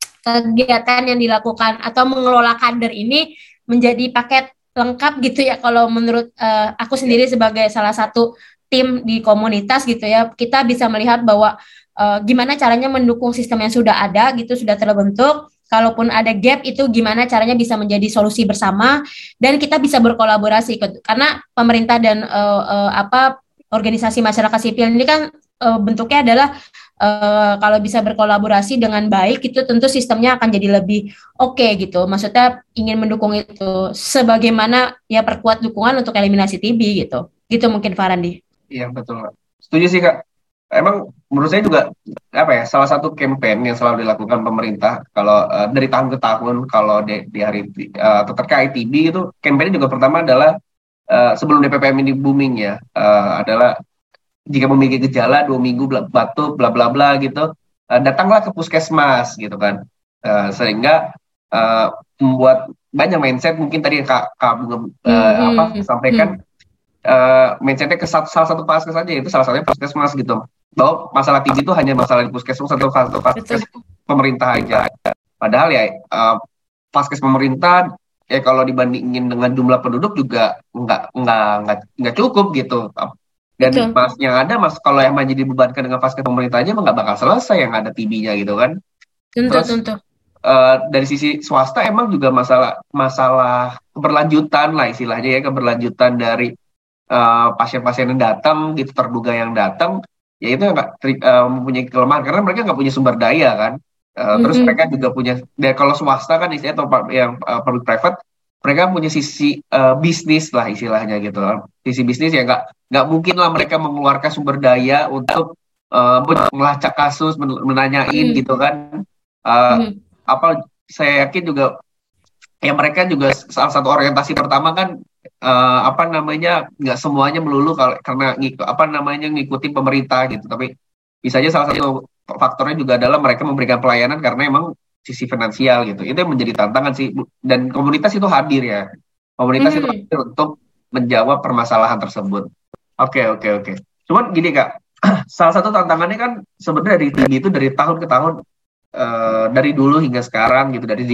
kegiatan yang dilakukan atau mengelola kader ini menjadi paket lengkap gitu ya. Kalau menurut uh, aku sendiri sebagai salah satu tim di komunitas gitu ya, kita bisa melihat bahwa uh, gimana caranya mendukung sistem yang sudah ada gitu, sudah terbentuk. Kalaupun ada gap itu gimana caranya bisa menjadi solusi bersama, dan kita bisa berkolaborasi karena pemerintah dan uh, uh, apa organisasi masyarakat sipil ini kan uh, bentuknya adalah uh, kalau bisa berkolaborasi dengan baik itu tentu sistemnya akan jadi lebih oke okay, gitu. Maksudnya ingin mendukung itu sebagaimana ya perkuat dukungan untuk eliminasi T B gitu. Gitu mungkin Farandi. Iya betul, setuju sih Kak. Emang menurut saya juga apa ya, salah satu campaign yang selalu dilakukan pemerintah kalau uh, dari tahun ke tahun kalau di, di hari uh, terkait T B itu, campaign juga pertama adalah uh, sebelum D P P M ini booming ya, uh, adalah jika memiliki gejala dua minggu batuk bla bla bla gitu, uh, datanglah ke puskesmas gitu kan, uh, sehingga uh, membuat banyak mindset mungkin tadi yang Kak, Kak Bunga uh, mm-hmm. apa sampaikan. Mm-hmm. Uh, mindsetnya ke satu, salah satu paskes saja, itu salah satunya puskesmas gitu, bahwa masalah T B itu hanya masalah di puskesmas atau satu paskes pemerintah aja. Padahal ya uh, paskes pemerintah ya kalau dibandingin dengan jumlah penduduk juga nggak nggak nggak nggak cukup gitu. Dan Betul. Mas yang ada mas kalau yang jadi dibebankan dengan paskes pemerintah aja nggak bakal selesai yang ada T B-nya gitu kan. Tentu, Terus tentu. Uh, dari sisi swasta emang juga masalah masalah keberlanjutan lah istilahnya ya, keberlanjutan dari Uh, pasien-pasien yang datang gitu, terduga yang datang, ya itu nggak uh, mempunyai kelemahan karena mereka nggak punya sumber daya kan. Uh, mm-hmm. Terus mereka juga punya, dan kalau swasta kan istilahnya atau yang uh, public private, mereka punya sisi uh, bisnis lah istilahnya gitu. Sisi bisnis ya nggak nggak mungkin lah mereka mengeluarkan sumber daya untuk uh, melacak kasus, men- menanyain mm-hmm. gitu kan. Uh, mm-hmm. Apa saya yakin juga ya mereka juga salah satu orientasi pertama kan. Uh, apa namanya nggak semuanya melulu kalau karena ngik, apa namanya ngikutin pemerintah gitu, tapi bisa aja salah satu faktornya juga adalah mereka memberikan pelayanan karena emang sisi finansial gitu. Itu yang menjadi tantangan sih, dan komunitas itu hadir ya, komunitas mm-hmm. itu hadir untuk menjawab permasalahan tersebut. Oke oke oke. Cuman gini Kak, salah satu tantangannya kan sebenarnya dari T B itu dari tahun ke tahun, uh, dari dulu hingga sekarang gitu, dari di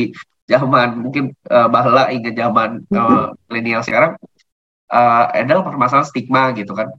zaman mungkin uh, bahla hingga zaman uh, milenial sekarang uh, adalah permasalahan stigma gitu kan.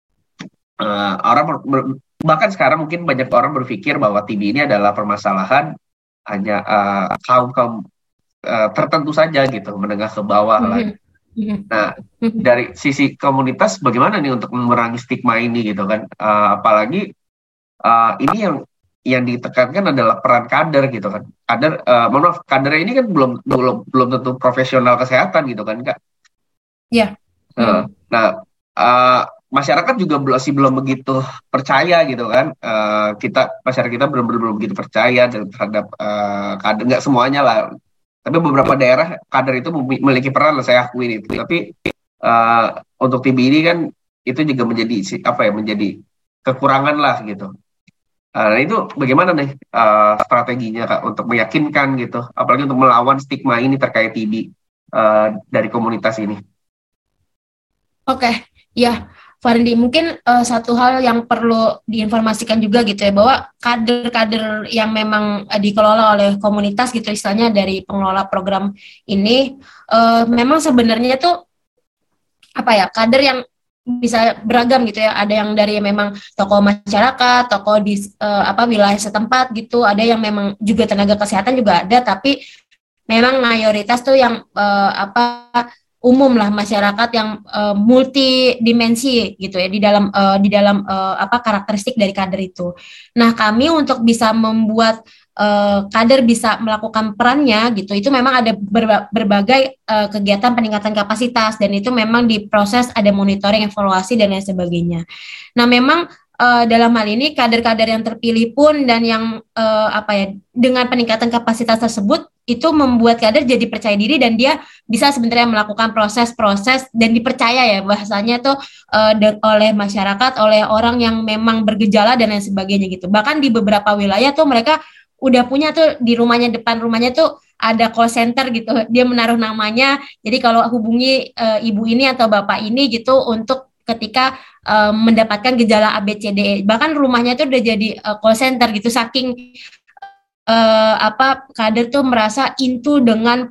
Uh, orang ber, ber, bahkan sekarang mungkin banyak orang berpikir bahwa T B ini adalah permasalahan hanya uh, kaum kaum uh, tertentu saja gitu, menengah ke bawah lah. Nah, dari sisi komunitas bagaimana nih untuk mengurangi stigma ini gitu kan? Uh, apalagi uh, ini yang yang ditekankan adalah peran kader gitu kan. Kader, uh, mohon maaf, kader ini kan belum belum belum tentu profesional kesehatan gitu kan, Kak. Iya. Yeah. Uh, hmm. Nah, uh, masyarakat juga masih belum begitu percaya gitu kan. Uh, kita masyarakat kita belum belum begitu percaya terhadap uh, kader, nggak semuanya lah. Tapi beberapa daerah kader itu memiliki peran, saya akui itu. Tapi uh, untuk T B ini kan itu juga menjadi apa ya, menjadi kekurangan lah gitu. Uh, nah itu bagaimana nih uh, strateginya Kak untuk meyakinkan gitu, apalagi untuk melawan stigma ini terkait T B uh, dari komunitas ini? Oke, okay. Ya, Farandi, mungkin uh, satu hal yang perlu diinformasikan juga gitu ya, bahwa kader-kader yang memang uh, dikelola oleh komunitas gitu, istilahnya dari pengelola program ini, uh, memang sebenarnya tuh apa ya, kader yang bisa beragam gitu ya. Ada yang dari memang tokoh masyarakat, tokoh di uh, apa wilayah setempat gitu, ada yang memang juga tenaga kesehatan juga ada, tapi memang mayoritas tuh yang uh, apa umum lah, masyarakat yang uh, multidimensi gitu ya di dalam uh, di dalam uh, apa karakteristik dari kader itu. Nah, kami untuk bisa membuat Uh, kader bisa melakukan perannya gitu, itu memang ada berba- berbagai uh, kegiatan peningkatan kapasitas, dan itu memang diproses, ada monitoring, evaluasi dan lain sebagainya. Nah, memang uh, dalam hal ini kader-kader yang terpilih pun dan yang uh, apa ya, dengan peningkatan kapasitas tersebut itu membuat kader jadi percaya diri, dan dia bisa sebenarnya melakukan proses-proses dan dipercaya ya bahasanya tuh uh, de- oleh masyarakat, oleh orang yang memang bergejala dan lain sebagainya gitu. Bahkan di beberapa wilayah tuh mereka udah punya tuh di rumahnya, depan rumahnya tuh ada call center gitu, dia menaruh namanya, jadi kalau hubungi uh, ibu ini atau bapak ini gitu untuk ketika uh, mendapatkan gejala A B C D E, bahkan rumahnya tuh udah jadi uh, call center gitu, saking uh, apa kader tuh merasa into dengan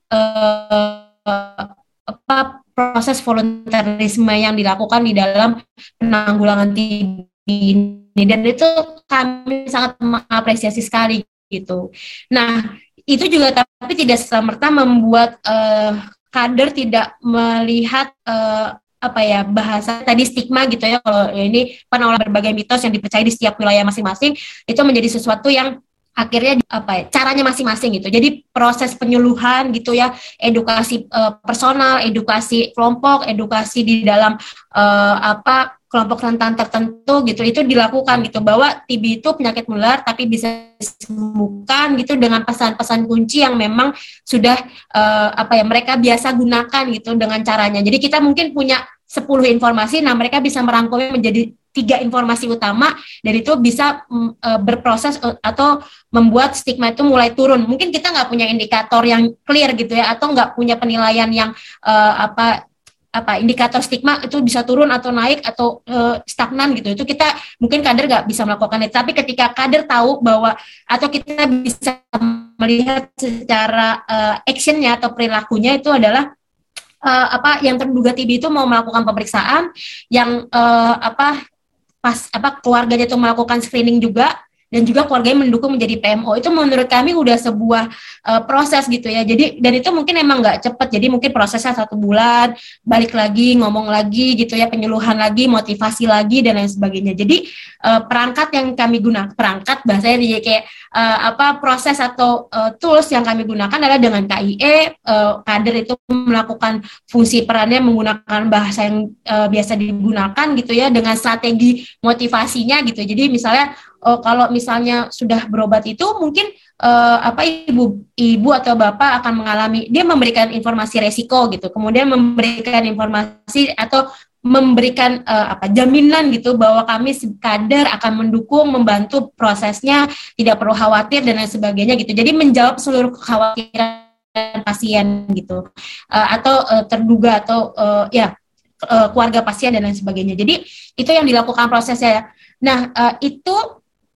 uh, apa proses volunteerisme yang dilakukan di dalam penanggulangan T B ini, dan itu kami sangat mengapresiasi sekali gitu. Nah, itu juga tapi tidak serta-merta membuat uh, kader tidak melihat uh, apa ya, bahasa tadi stigma gitu ya, kalau ini penolak berbagai mitos yang dipercaya di setiap wilayah masing-masing, itu menjadi sesuatu yang akhirnya apa ya, caranya masing-masing gitu. Jadi proses penyuluhan gitu ya, edukasi uh, personal, edukasi kelompok, edukasi di dalam uh, apa kelompok rentan tertentu gitu, itu dilakukan gitu, bahwa T B itu penyakit menular tapi bisa disembuhkan gitu dengan pesan-pesan kunci yang memang sudah uh, apa ya mereka biasa gunakan gitu dengan caranya. Jadi kita mungkin punya sepuluh informasi, nah mereka bisa merangkumnya menjadi tiga informasi utama, dan itu bisa uh, berproses uh, atau membuat stigma itu mulai turun. Mungkin kita nggak punya indikator yang clear gitu ya, atau nggak punya penilaian yang uh, apa apa indikator stigma itu bisa turun atau naik atau uh, stagnan gitu. Itu kita mungkin kader nggak bisa melakukan itu. Tapi ketika kader tahu bahwa, atau kita bisa melihat secara uh, actionnya atau perilakunya, itu adalah uh, apa yang terduga T B itu mau melakukan pemeriksaan, yang uh, apa pas apa keluarganya itu melakukan screening juga, dan juga keluarganya mendukung menjadi P M O. Itu menurut kami udah sebuah uh, proses gitu ya. Jadi, dan itu mungkin emang nggak cepat, jadi mungkin prosesnya satu bulan, balik lagi, ngomong lagi gitu ya, penyuluhan lagi, motivasi lagi, dan lain sebagainya. Jadi uh, perangkat yang kami gunakan, perangkat bahasanya jadi kayak uh, apa proses atau uh, tools yang kami gunakan adalah dengan K I E, uh, kader itu melakukan fungsi perannya menggunakan bahasa yang uh, biasa digunakan gitu ya, dengan strategi motivasinya gitu. Jadi misalnya oh, kalau misalnya sudah berobat itu mungkin uh, apa ibu ibu atau bapak akan mengalami, dia memberikan informasi resiko gitu, kemudian memberikan informasi atau memberikan uh, apa jaminan gitu bahwa kami kader akan mendukung, membantu prosesnya, tidak perlu khawatir dan lain sebagainya gitu. Jadi menjawab seluruh kekhawatiran pasien gitu, uh, atau uh, terduga atau uh, ya uh, keluarga pasien dan lain sebagainya. Jadi itu yang dilakukan prosesnya. Nah uh, itu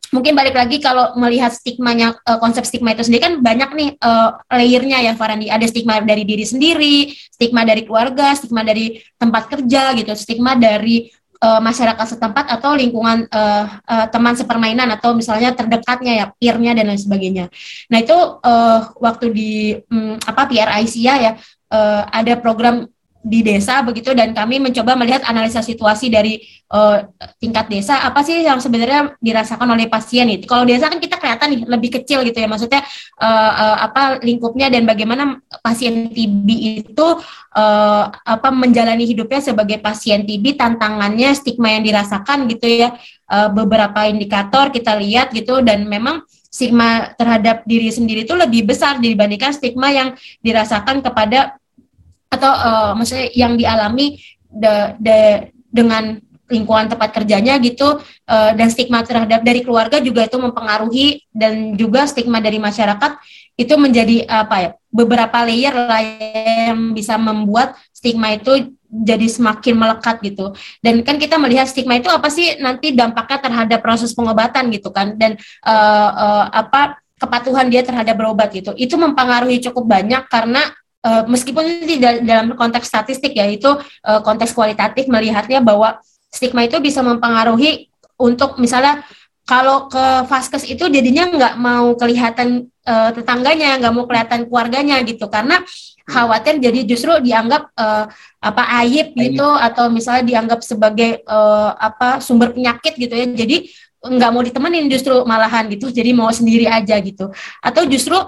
mungkin balik lagi kalau melihat stigmanya, uh, konsep stigma itu sendiri kan banyak nih uh, layernya ya Farandi. Ada stigma dari diri sendiri, stigma dari keluarga, stigma dari tempat kerja gitu, stigma dari uh, masyarakat setempat atau lingkungan uh, uh, teman sepermainan atau misalnya terdekatnya ya, peer-nya dan lain sebagainya. Nah itu uh, waktu di um, apa P R I C I A ya, uh, ada program di desa begitu, dan kami mencoba melihat analisa situasi dari uh, tingkat desa, apa sih yang sebenarnya dirasakan oleh pasien itu. Kalau desa kan kita kelihatan nih lebih kecil gitu ya, maksudnya uh, uh, apa lingkupnya dan bagaimana pasien T B itu uh, apa menjalani hidupnya sebagai pasien T B, tantangannya, stigma yang dirasakan gitu ya. Uh, beberapa indikator kita lihat gitu, dan memang stigma terhadap diri sendiri itu lebih besar dibandingkan stigma yang dirasakan kepada atau uh, maksudnya yang dialami de, de, dengan lingkungan tempat kerjanya gitu, uh, dan stigma terhadap dari keluarga juga itu mempengaruhi, dan juga stigma dari masyarakat itu menjadi apa ya, beberapa layer lah yang bisa membuat stigma itu jadi semakin melekat gitu. Dan kan kita melihat stigma itu apa sih nanti dampaknya terhadap proses pengobatan gitu kan, dan uh, uh, apa kepatuhan dia terhadap berobat gitu, itu mempengaruhi cukup banyak karena Uh, meskipun tidak dalam konteks statistik ya, itu uh, konteks kualitatif melihatnya bahwa stigma itu bisa mempengaruhi untuk misalnya kalau ke vaskes itu jadinya nggak mau kelihatan uh, tetangganya, nggak mau kelihatan keluarganya gitu, karena khawatir jadi justru dianggap uh, apa aib gitu, atau misalnya dianggap sebagai uh, apa sumber penyakit gitu ya, jadi nggak mau ditemenin justru malahan gitu, jadi mau sendiri aja gitu, atau justru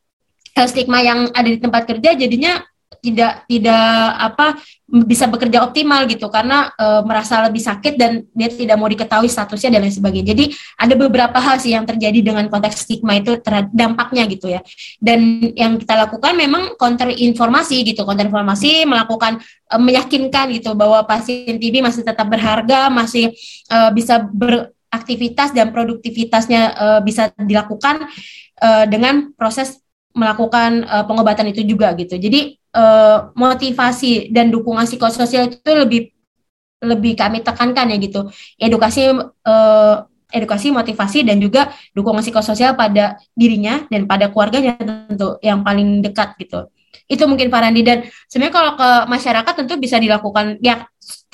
stigma yang ada di tempat kerja jadinya tidak tidak apa bisa bekerja optimal gitu karena e, merasa lebih sakit dan dia tidak mau diketahui statusnya dan lain sebagainya. Jadi ada beberapa hal sih yang terjadi dengan konteks stigma itu terhadap dampaknya gitu ya. Dan yang kita lakukan memang counter informasi gitu, counter informasi melakukan e, meyakinkan gitu bahwa pasien T B masih tetap berharga, masih e, bisa beraktivitas dan produktivitasnya e, bisa dilakukan e, dengan proses melakukan uh, pengobatan itu juga gitu. Jadi uh, motivasi dan dukungan psikososial itu lebih lebih kami tekankan ya gitu. Edukasi uh, edukasi, motivasi dan juga dukungan psikososial pada dirinya dan pada keluarganya tentu yang paling dekat gitu. Itu mungkin Farandi, dan sebenarnya kalau ke masyarakat tentu bisa dilakukan ya,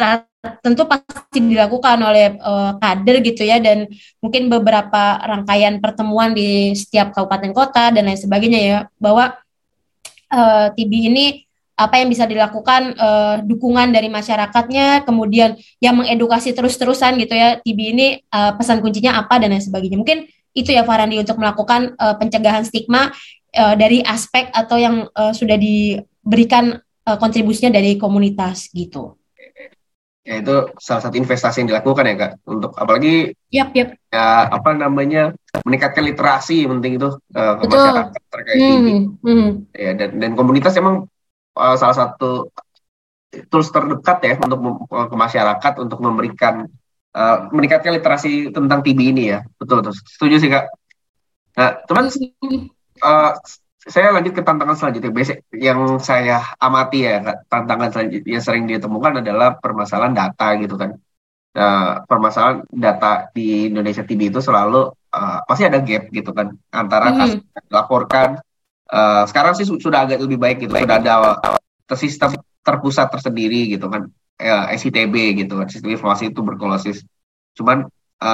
tentu pasti dilakukan oleh uh, kader gitu ya, dan mungkin beberapa rangkaian pertemuan di setiap kabupaten kota dan lain sebagainya ya, bahwa uh, T B ini apa yang bisa dilakukan, uh, dukungan dari masyarakatnya, kemudian yang mengedukasi terus-terusan gitu ya, T B ini uh, pesan kuncinya apa dan lain sebagainya. Mungkin itu ya Farandi untuk melakukan uh, pencegahan stigma uh, dari aspek atau yang uh, sudah diberikan uh, kontribusinya dari komunitas gitu. Ya itu salah satu investasi yang dilakukan ya Kak, untuk apalagi yep, yep. ya apa namanya meningkatkan literasi, penting itu uh, ke masyarakat terkait hmm. ini hmm. ya, dan dan komunitas emang uh, salah satu tools terdekat ya untuk mem- ke masyarakat untuk memberikan uh, meningkatkan literasi tentang T B ini ya, betul betul setuju sih Kak. Nah teman uh, saya lanjut ke tantangan selanjutnya. Basic yang saya amati ya, tantangan selanjutnya yang sering ditemukan adalah permasalahan data gitu kan. Nah, permasalahan data di Indonesia T B itu selalu uh, pasti ada gap gitu kan antara mm-hmm. kasus yang dilaporkan. Uh, sekarang sih su- sudah agak lebih baik gitu, sudah ada uh, sistem terpusat tersendiri gitu kan, ya, S I T B gitu kan, sistem informasi tuberkulosis. Cuman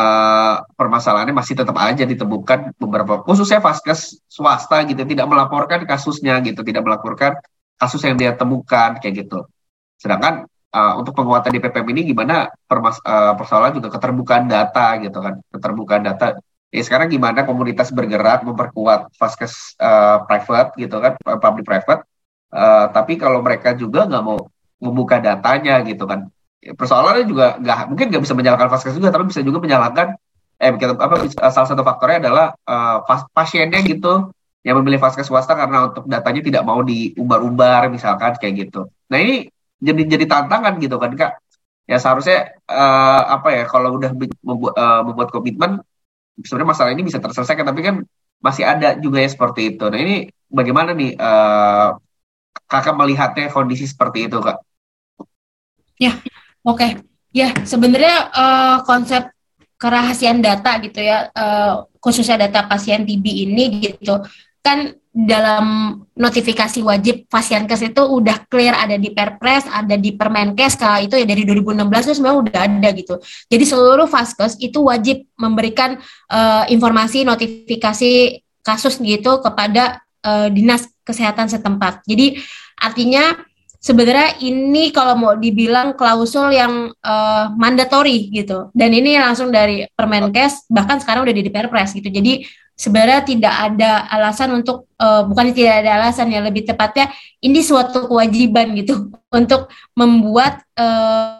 Uh, permasalahannya masih tetap aja ditemukan beberapa, khususnya vaskes swasta gitu, tidak melaporkan kasusnya gitu, tidak melaporkan kasus yang dia temukan kayak gitu. Sedangkan uh, untuk penguatan di P P M ini gimana permas- uh, persoalan juga keterbukaan data gitu kan, keterbukaan data. Ya sekarang gimana komunitas bergerak memperkuat vaskes uh, private gitu kan, public private, uh, tapi kalau mereka juga nggak mau membuka datanya gitu kan. Persoalannya juga nggak mungkin nggak bisa menyalahkan vaskes juga, tapi bisa juga menyalahkan eh apa salah satu faktornya adalah uh, pasiennya gitu yang memilih vaskes swasta karena untuk datanya tidak mau diumbar-umbar misalkan kayak gitu. Nah ini jadi jadi tantangan gitu kan Kak. Ya seharusnya uh, apa ya kalau udah membuat, uh, membuat komitmen sebenarnya masalah ini bisa terselesaikan, tapi kan masih ada juga ya seperti itu. Nah ini bagaimana nih uh, Kakak melihatnya kondisi seperti itu Kak? Ya. Oke, okay. ya sebenarnya uh, konsep kerahasiaan data gitu ya, uh, khususnya data pasien T B ini gitu kan. Dalam notifikasi wajib Fasiankes itu udah clear ada di Perpres, ada di Permenkes, kala itu ya dari dua ribu enam belas itu sebenarnya udah ada gitu. Jadi seluruh Faskes itu wajib memberikan uh, informasi notifikasi kasus gitu kepada uh, dinas kesehatan setempat. Jadi artinya sebenarnya ini kalau mau dibilang klausul yang uh, mandatori gitu. Dan ini langsung dari Permenkes, bahkan sekarang udah di Perpres gitu. Jadi sebenarnya tidak ada alasan untuk uh, bukan tidak ada alasan ya, lebih tepatnya ini suatu kewajiban gitu untuk membuat uh,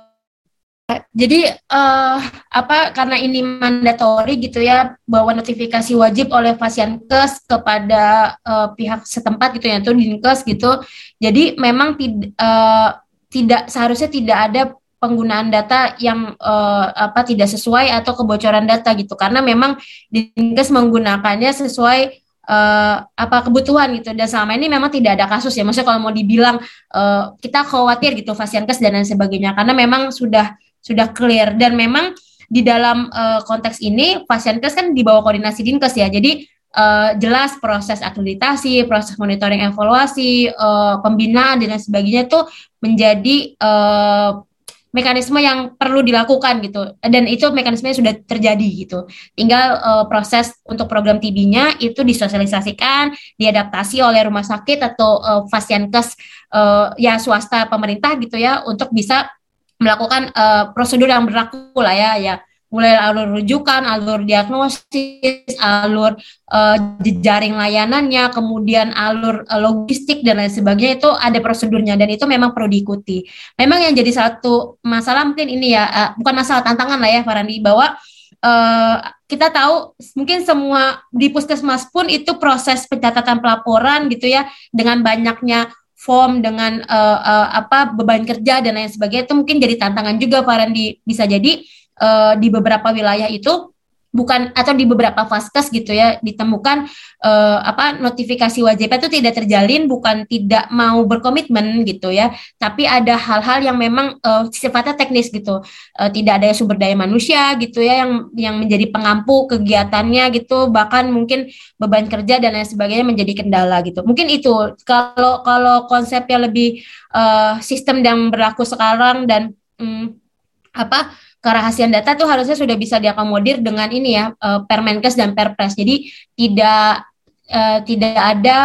jadi uh, apa karena ini mandatori gitu ya, bahwa notifikasi wajib oleh Fasiankes kepada uh, pihak setempat gitu ya, itu Dinkes gitu. Jadi memang tid- uh, tidak seharusnya tidak ada penggunaan data yang uh, apa tidak sesuai atau kebocoran data gitu, karena memang Dinkes menggunakannya sesuai uh, apa kebutuhan gitu, dan selama ini memang tidak ada kasus ya, maksudnya kalau mau dibilang uh, kita khawatir gitu Fasiankes dan lain sebagainya, karena memang sudah sudah clear. Dan memang di dalam uh, konteks ini Fasiankes kan di bawah koordinasi Dinkes ya, jadi uh, jelas proses akreditasi, proses monitoring evaluasi, uh, pembinaan dan lain sebagainya itu menjadi uh, mekanisme yang perlu dilakukan gitu, dan itu mekanismenya sudah terjadi gitu. Tinggal uh, proses untuk program T B-nya itu disosialisasikan, diadaptasi oleh rumah sakit atau uh, Fasiankes uh, ya swasta pemerintah gitu ya, untuk bisa melakukan uh, prosedur yang berlaku lah ya, ya mulai alur rujukan, alur diagnosis, alur uh, jejaring layanannya, kemudian alur uh, logistik dan lain sebagainya, itu ada prosedurnya dan itu memang perlu diikuti. Memang yang jadi satu masalah mungkin ini ya, uh, bukan masalah, tantangan lah ya Farandi, bahwa uh, kita tahu mungkin semua di puskesmas pun itu proses pencatatan pelaporan gitu ya, dengan banyaknya form, dengan uh, uh, apa beban kerja dan lain sebagainya, itu mungkin jadi tantangan juga Farandi. Bisa jadi uh, di beberapa wilayah itu bukan, atau di beberapa Faskes gitu ya, ditemukan uh, apa notifikasi wajib itu tidak terjalin, bukan tidak mau berkomitmen gitu ya, tapi ada hal-hal yang memang uh, sifatnya teknis gitu, uh, tidak ada sumber daya manusia gitu ya, yang yang menjadi pengampu kegiatannya gitu, bahkan mungkin beban kerja dan lain sebagainya menjadi kendala gitu. Mungkin itu kalau kalau konsepnya lebih uh, sistem yang berlaku sekarang, dan um, apa kerahasiaan data tuh harusnya sudah bisa diakomodir dengan ini ya, uh, Permenkes dan Perpres. Jadi tidak uh, tidak ada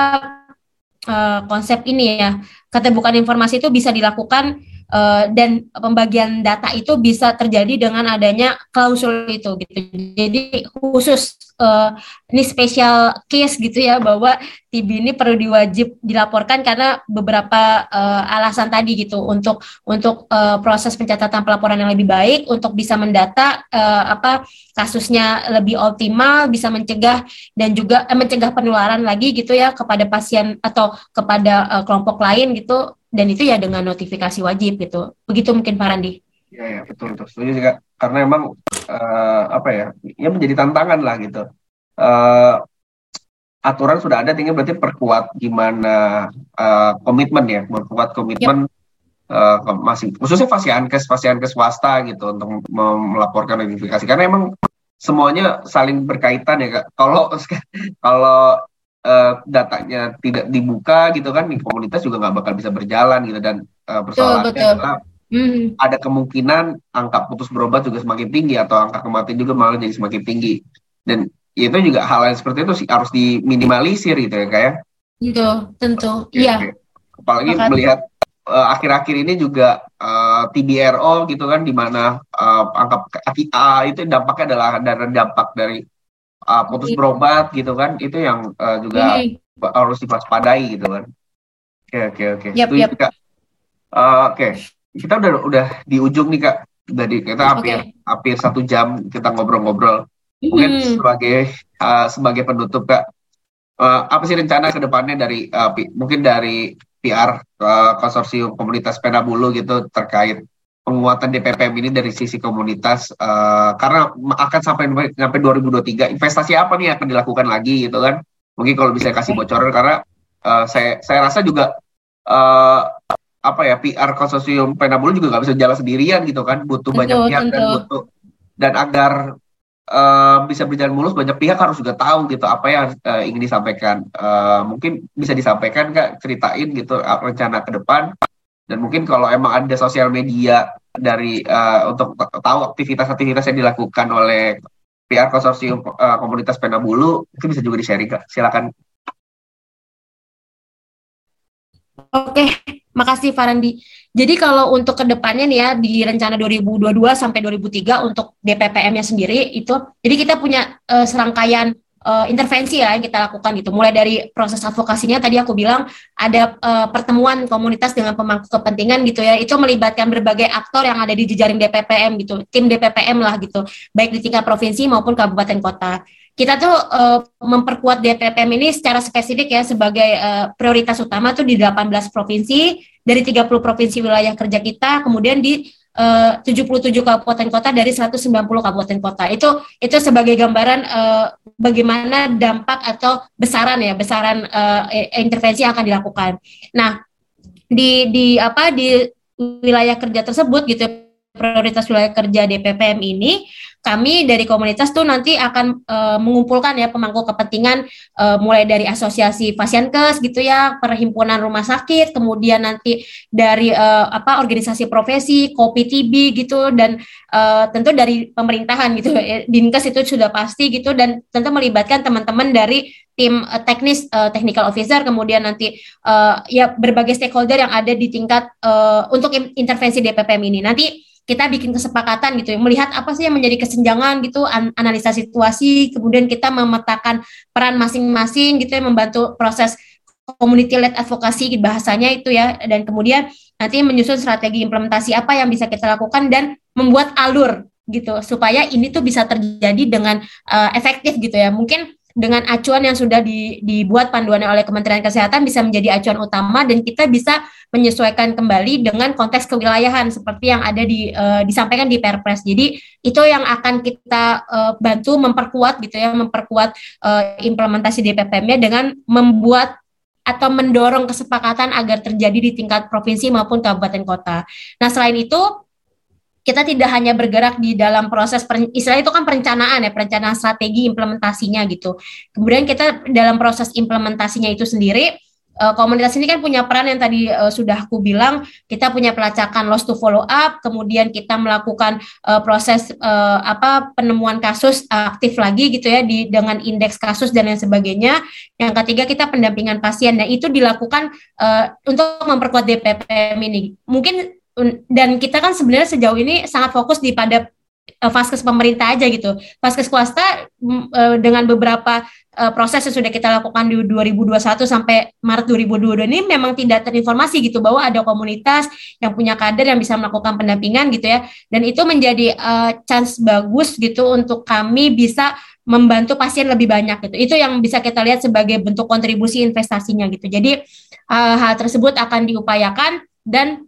uh, konsep ini ya, keterbukaan informasi itu bisa dilakukan uh, dan pembagian data itu bisa terjadi dengan adanya klausul itu gitu. Jadi khusus uh, ini special case gitu ya, bahwa T B ini perlu diwajib dilaporkan karena beberapa uh, alasan tadi gitu, untuk untuk uh, proses pencatatan pelaporan yang lebih baik, untuk bisa mendata uh, apa kasusnya lebih optimal, bisa mencegah dan juga eh, mencegah penularan lagi gitu ya kepada pasien atau kepada uh, kelompok lain gitu, dan itu ya dengan notifikasi wajib gitu. Begitu mungkin Pak Randi. Ya, ya betul betul setuju juga, karena emang uh, apa ya, ya menjadi tantangan lah gitu. Uh, aturan sudah ada, tinggal berarti perkuat gimana uh, komitmen ya, perkuat komitmen uh, masing, khususnya Fasiankes, Fasiankes swasta gitu, untuk melaporkan notifikasi, karena emang semuanya saling berkaitan ya Kak. Kalau kalau uh, datanya tidak dibuka gitu kan, di komunitas juga nggak bakal bisa berjalan gitu, dan uh, persoalannya betul, betul. adalah mm. ada kemungkinan angka putus berobat juga semakin tinggi, atau angka kematian juga malah jadi semakin tinggi, dan itu juga hal yang seperti itu sih harus diminimalisir gitu ya kayak. Itu tentu, iya. Apalagi Makan. melihat uh, akhir-akhir ini juga uh, T B R O gitu kan, di mana uh, angka A itu dampaknya adalah dari dampak dari uh, putus berobat gitu kan, itu yang uh, juga Iyi. harus diwaspadai gitu kan. Oke oke oke. Yep, yep. Kak. Uh, oke, okay. Kita udah udah di ujung nih Kak. Jadi kita hampir okay. hampir satu jam kita ngobrol-ngobrol. Mungkin hmm. sebagai uh, sebagai penutup Kak, uh, apa sih rencana ke depannya dari uh, P, mungkin dari P R uh, konsorsium komunitas Penabulu gitu, terkait penguatan D P P M ini dari sisi komunitas, uh, karena akan sampai sampai dua ribu dua puluh tiga, investasi apa nih yang akan dilakukan lagi gitu kan? Mungkin kalau bisa kasih bocoran, karena uh, saya saya rasa juga uh, apa ya, P R konsorsium Penabulu juga nggak bisa jalan sendirian gitu kan, butuh tentu, banyak pihak tentu. dan butuh dan agar uh, bisa berjalan mulus, banyak pihak harus juga tahu gitu apa yang uh, ingin disampaikan. Uh, mungkin bisa disampaikan Kak, ceritain gitu uh, rencana ke depan. Dan mungkin kalau emang ada sosial media dari uh, untuk tahu aktivitas-aktivitas yang dilakukan oleh P R konsorsium uh, komunitas Penabulu, itu bisa juga di-sharing Kak. Silakan. Oke, makasih Farandi. Jadi kalau untuk kedepannya nih ya, di rencana dua ribu dua puluh dua sampai dua ribu tiga untuk D P P M-nya sendiri itu, jadi kita punya uh, serangkaian uh, intervensi ya yang kita lakukan gitu. Mulai dari proses advokasinya, tadi aku bilang ada uh, pertemuan komunitas dengan pemangku kepentingan gitu ya, itu melibatkan berbagai aktor yang ada di jejaring D P P M gitu, tim D P P M lah gitu, baik di tingkat provinsi maupun kabupaten kota. Kita tuh uh, memperkuat D P P M ini secara spesifik ya sebagai uh, prioritas utama tuh di delapan belas provinsi dari tiga puluh provinsi wilayah kerja kita, kemudian di uh, tujuh puluh tujuh kabupaten kota dari seratus sembilan puluh kabupaten kota. Itu itu sebagai gambaran uh, bagaimana dampak atau besaran ya, besaran uh, intervensi yang akan dilakukan. Nah, di di apa di wilayah kerja tersebut gitu, prioritas wilayah kerja D P P M ini, kami dari komunitas tuh nanti akan uh, mengumpulkan ya pemangku kepentingan uh, mulai dari asosiasi Pasienkes gitu ya, perhimpunan rumah sakit, kemudian nanti dari uh, apa organisasi profesi, Kopi T B gitu, dan uh, tentu dari pemerintahan gitu, Dinkes itu sudah pasti gitu, dan tentu melibatkan teman-teman dari tim uh, teknis, uh, technical officer, kemudian nanti uh, ya berbagai stakeholder yang ada di tingkat uh, untuk intervensi D P P M ini. Nanti kita bikin kesepakatan gitu ya, melihat apa sih yang menjadi kesenjangan gitu, an- analisa situasi, kemudian kita memetakan peran masing-masing gitu ya, membantu proses community led advocacy bahasanya itu ya, dan kemudian nanti menyusun strategi implementasi apa yang bisa kita lakukan dan membuat alur gitu supaya ini tuh bisa terjadi dengan uh, efektif gitu ya. Mungkin dengan acuan yang sudah di, dibuat panduannya oleh Kementerian Kesehatan bisa menjadi acuan utama, dan kita bisa menyesuaikan kembali dengan konteks kewilayahan seperti yang ada di uh, disampaikan di Perpres. Jadi itu yang akan kita uh, bantu memperkuat gitu ya, memperkuat uh, implementasi D P P M-nya dengan membuat atau mendorong kesepakatan agar terjadi di tingkat provinsi maupun kabupaten kota. Nah, selain itu kita tidak hanya bergerak di dalam proses per, istilah itu kan perencanaan ya, perencanaan strategi implementasinya gitu. Kemudian kita dalam proses implementasinya itu sendiri, uh, komunitas ini kan punya peran yang tadi uh, sudah aku bilang, kita punya pelacakan loss to follow up, kemudian kita melakukan uh, proses uh, apa penemuan kasus uh, aktif lagi gitu ya di dengan indeks kasus dan lain sebagainya. Yang ketiga kita pendampingan pasien, dan itu dilakukan uh, untuk memperkuat D P P M ini. Mungkin dan kita kan sebenarnya sejauh ini sangat fokus di pada uh, vaskes pemerintah aja gitu. Vaskes swasta uh, dengan beberapa uh, proses yang sudah kita lakukan di dua ribu dua puluh satu sampai Maret dua ribu dua puluh dua ini memang tidak terinformasi gitu bahwa ada komunitas yang punya kader yang bisa melakukan pendampingan gitu ya. Dan itu menjadi uh, chance bagus gitu untuk kami bisa membantu pasien lebih banyak gitu. Itu yang bisa kita lihat sebagai bentuk kontribusi investasinya gitu. Jadi uh, hal tersebut akan diupayakan, dan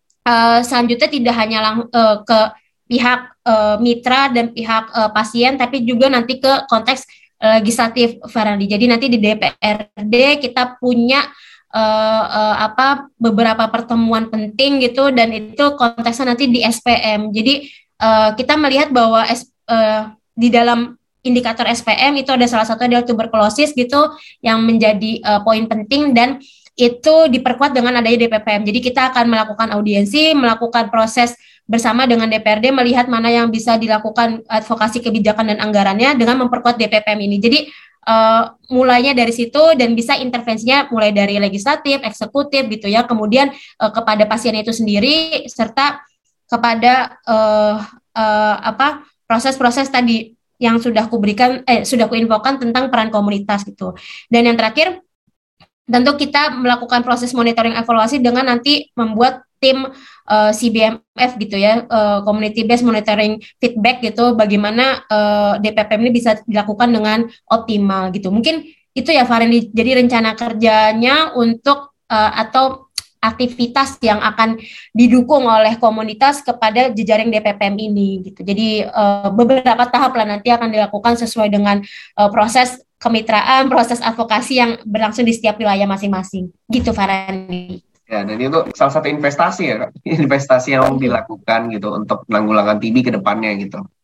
Uh, selanjutnya tidak hanya lang- uh, ke pihak uh, mitra dan pihak uh, pasien, tapi juga nanti ke konteks uh, legislatif, Farandi. Jadi nanti di D P R D kita punya uh, uh, apa beberapa pertemuan penting gitu, dan itu konteksnya nanti di S P M. Jadi uh, kita melihat bahwa S, uh, di dalam indikator S P M itu ada salah satu adalah tuberkulosis gitu yang menjadi uh, poin penting, dan itu diperkuat dengan adanya D P P M. Jadi kita akan melakukan audiensi, melakukan proses bersama dengan D P R D, melihat mana yang bisa dilakukan advokasi kebijakan dan anggarannya dengan memperkuat D P P M ini. Jadi uh, mulainya dari situ, dan bisa intervensinya mulai dari legislatif, eksekutif gitu ya, kemudian uh, kepada pasien itu sendiri, serta kepada uh, uh, apa proses-proses tadi yang sudah aku berikan, eh sudah aku infokan tentang peran komunitas gitu. Dan yang terakhir, tentu kita melakukan proses monitoring evaluasi dengan nanti membuat tim uh, C B M F gitu ya, uh, community based monitoring feedback gitu, bagaimana uh, D P P M ini bisa dilakukan dengan optimal gitu. Mungkin itu ya Farindi, jadi rencana kerjanya untuk uh, atau aktivitas yang akan didukung oleh komunitas kepada jejaring D P P M ini gitu. Jadi uh, beberapa tahap lah nanti akan dilakukan sesuai dengan uh, proses kemitraan, proses advokasi yang berlangsung di setiap wilayah masing-masing. Gitu, Farandi. Ya, dan itu salah satu investasi ya, Kak. Investasi yang dilakukan gitu untuk penanggulangan T B ke depannya gitu.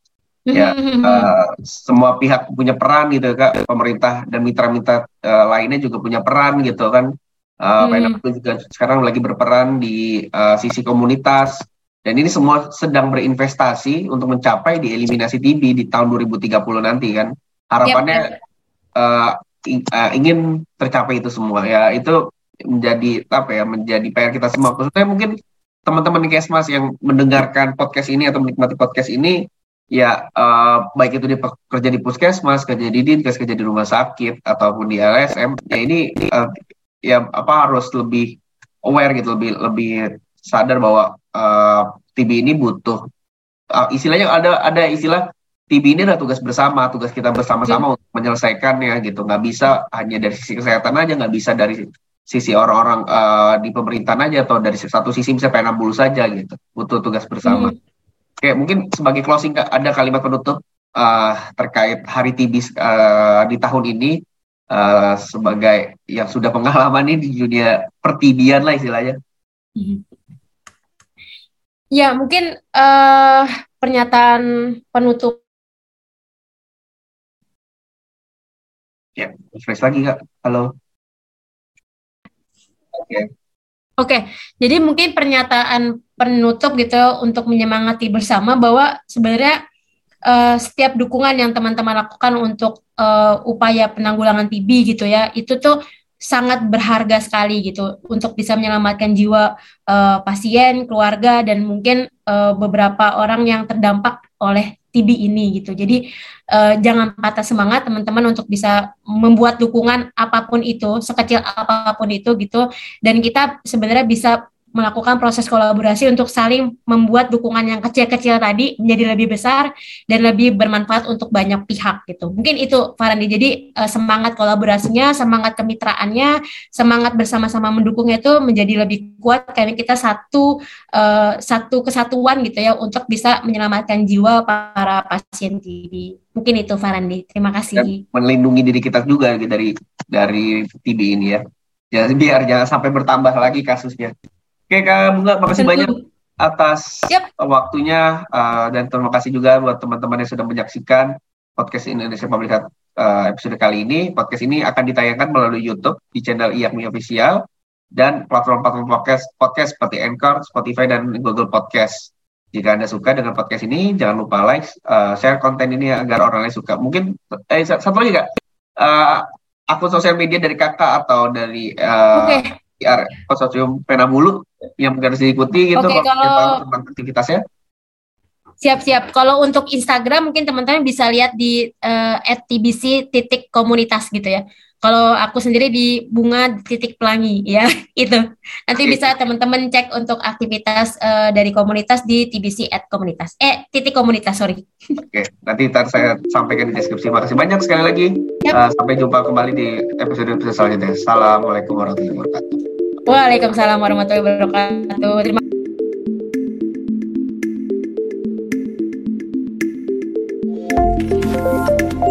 Ya, uh, semua pihak punya peran gitu Kak, pemerintah dan mitra-mitra uh, lainnya juga punya peran gitu kan. Uh, Hmm. Penapel juga sekarang lagi berperan di uh, sisi komunitas, dan ini semua sedang berinvestasi untuk mencapai di eliminasi T B di tahun dua ribu tiga puluh nanti kan. Yap, Harapannya yap. uh, ing- uh, ingin tercapai itu semua ya, itu menjadi apa ya, menjadi P R kita semua. Khususnya mungkin teman-teman di Kesmas yang mendengarkan podcast ini atau menikmati podcast ini, ya uh, baik itu di kerja di puskesmas, kerja di dinkes, kerja di rumah sakit ataupun di L S M, ya ini uh, ya apa harus lebih aware gitu, lebih lebih sadar bahwa uh, T B ini butuh uh, istilahnya, ada ada istilah T B ini adalah tugas bersama, tugas kita bersama-sama untuk menyelesaikannya gitu. Nggak bisa hanya dari sisi kesehatan aja, nggak bisa dari sisi orang-orang uh, di pemerintahan aja, atau dari satu sisi bisa penam bulu saja gitu. Butuh tugas bersama. Hmm. Oke, mungkin sebagai closing Kak, ada kalimat penutup uh, terkait Hari T B uh, di tahun ini, uh, sebagai yang sudah pengalaman ini di dunia pertibian lah istilahnya. Ya, mungkin uh, pernyataan penutup. Ya, refresh lagi Kak. Halo. Oke. Oke, jadi mungkin pernyataan penutup gitu untuk menyemangati bersama bahwa sebenarnya uh, setiap dukungan yang teman-teman lakukan untuk uh, upaya penanggulangan T B gitu ya, itu tuh sangat berharga sekali gitu untuk bisa menyelamatkan jiwa uh, pasien, keluarga, dan mungkin uh, beberapa orang yang terdampak oleh T B ini gitu. Jadi uh, jangan patah semangat teman-teman untuk bisa membuat dukungan apapun itu, sekecil apapun itu gitu. Dan kita sebenarnya bisa melakukan proses kolaborasi untuk saling membuat dukungan yang kecil-kecil tadi menjadi lebih besar dan lebih bermanfaat untuk banyak pihak gitu. Mungkin itu Farandi. Jadi uh, semangat kolaborasinya, semangat kemitraannya, semangat bersama-sama mendukungnya itu menjadi lebih kuat karena kita satu uh, satu kesatuan gitu ya untuk bisa menyelamatkan jiwa para pasien T B. Mungkin itu Farandi. Terima kasih. Dan melindungi diri kita juga gitu dari dari T B ini ya. Ya biar jangan sampai bertambah lagi kasusnya. Oke Kak Bunga, makasih Tentu. banyak atas Yep. waktunya, uh, dan terima kasih juga buat teman-teman yang sudah menyaksikan podcast Indonesia Public Health uh, episode kali ini. Podcast ini akan ditayangkan melalui YouTube di channel I A K M I Official dan platform-platform podcast podcast seperti Anchor, Spotify, dan Google Podcast. Jika Anda suka dengan podcast ini, jangan lupa like, uh, share konten ini agar orang lain suka. Mungkin eh, satu lagi Kak, uh, akun sosial media dari Kakak atau dari uh, Oke. P R Konsorsium Penabulu yang harus diikuti gitu, Oke, kalau kalau tahu tentang aktivitasnya. siap-siap. Kalau untuk Instagram mungkin teman-teman bisa lihat di uh, at t b c titik komunitas gitu ya. Kalau aku sendiri di bunga titik pelangi ya itu. Nanti Oke. bisa teman-teman cek untuk aktivitas uh, dari komunitas di tbc at komunitas. Eh titik komunitas sorry. Oke, nanti ntar saya sampaikan di deskripsi. Makasih banyak sekali lagi. Yap. Uh, sampai jumpa kembali di episode-episode selanjutnya. Assalamualaikum warahmatullahi wabarakatuh. Waalaikumsalam warahmatullahi wabarakatuh. Terima kasih.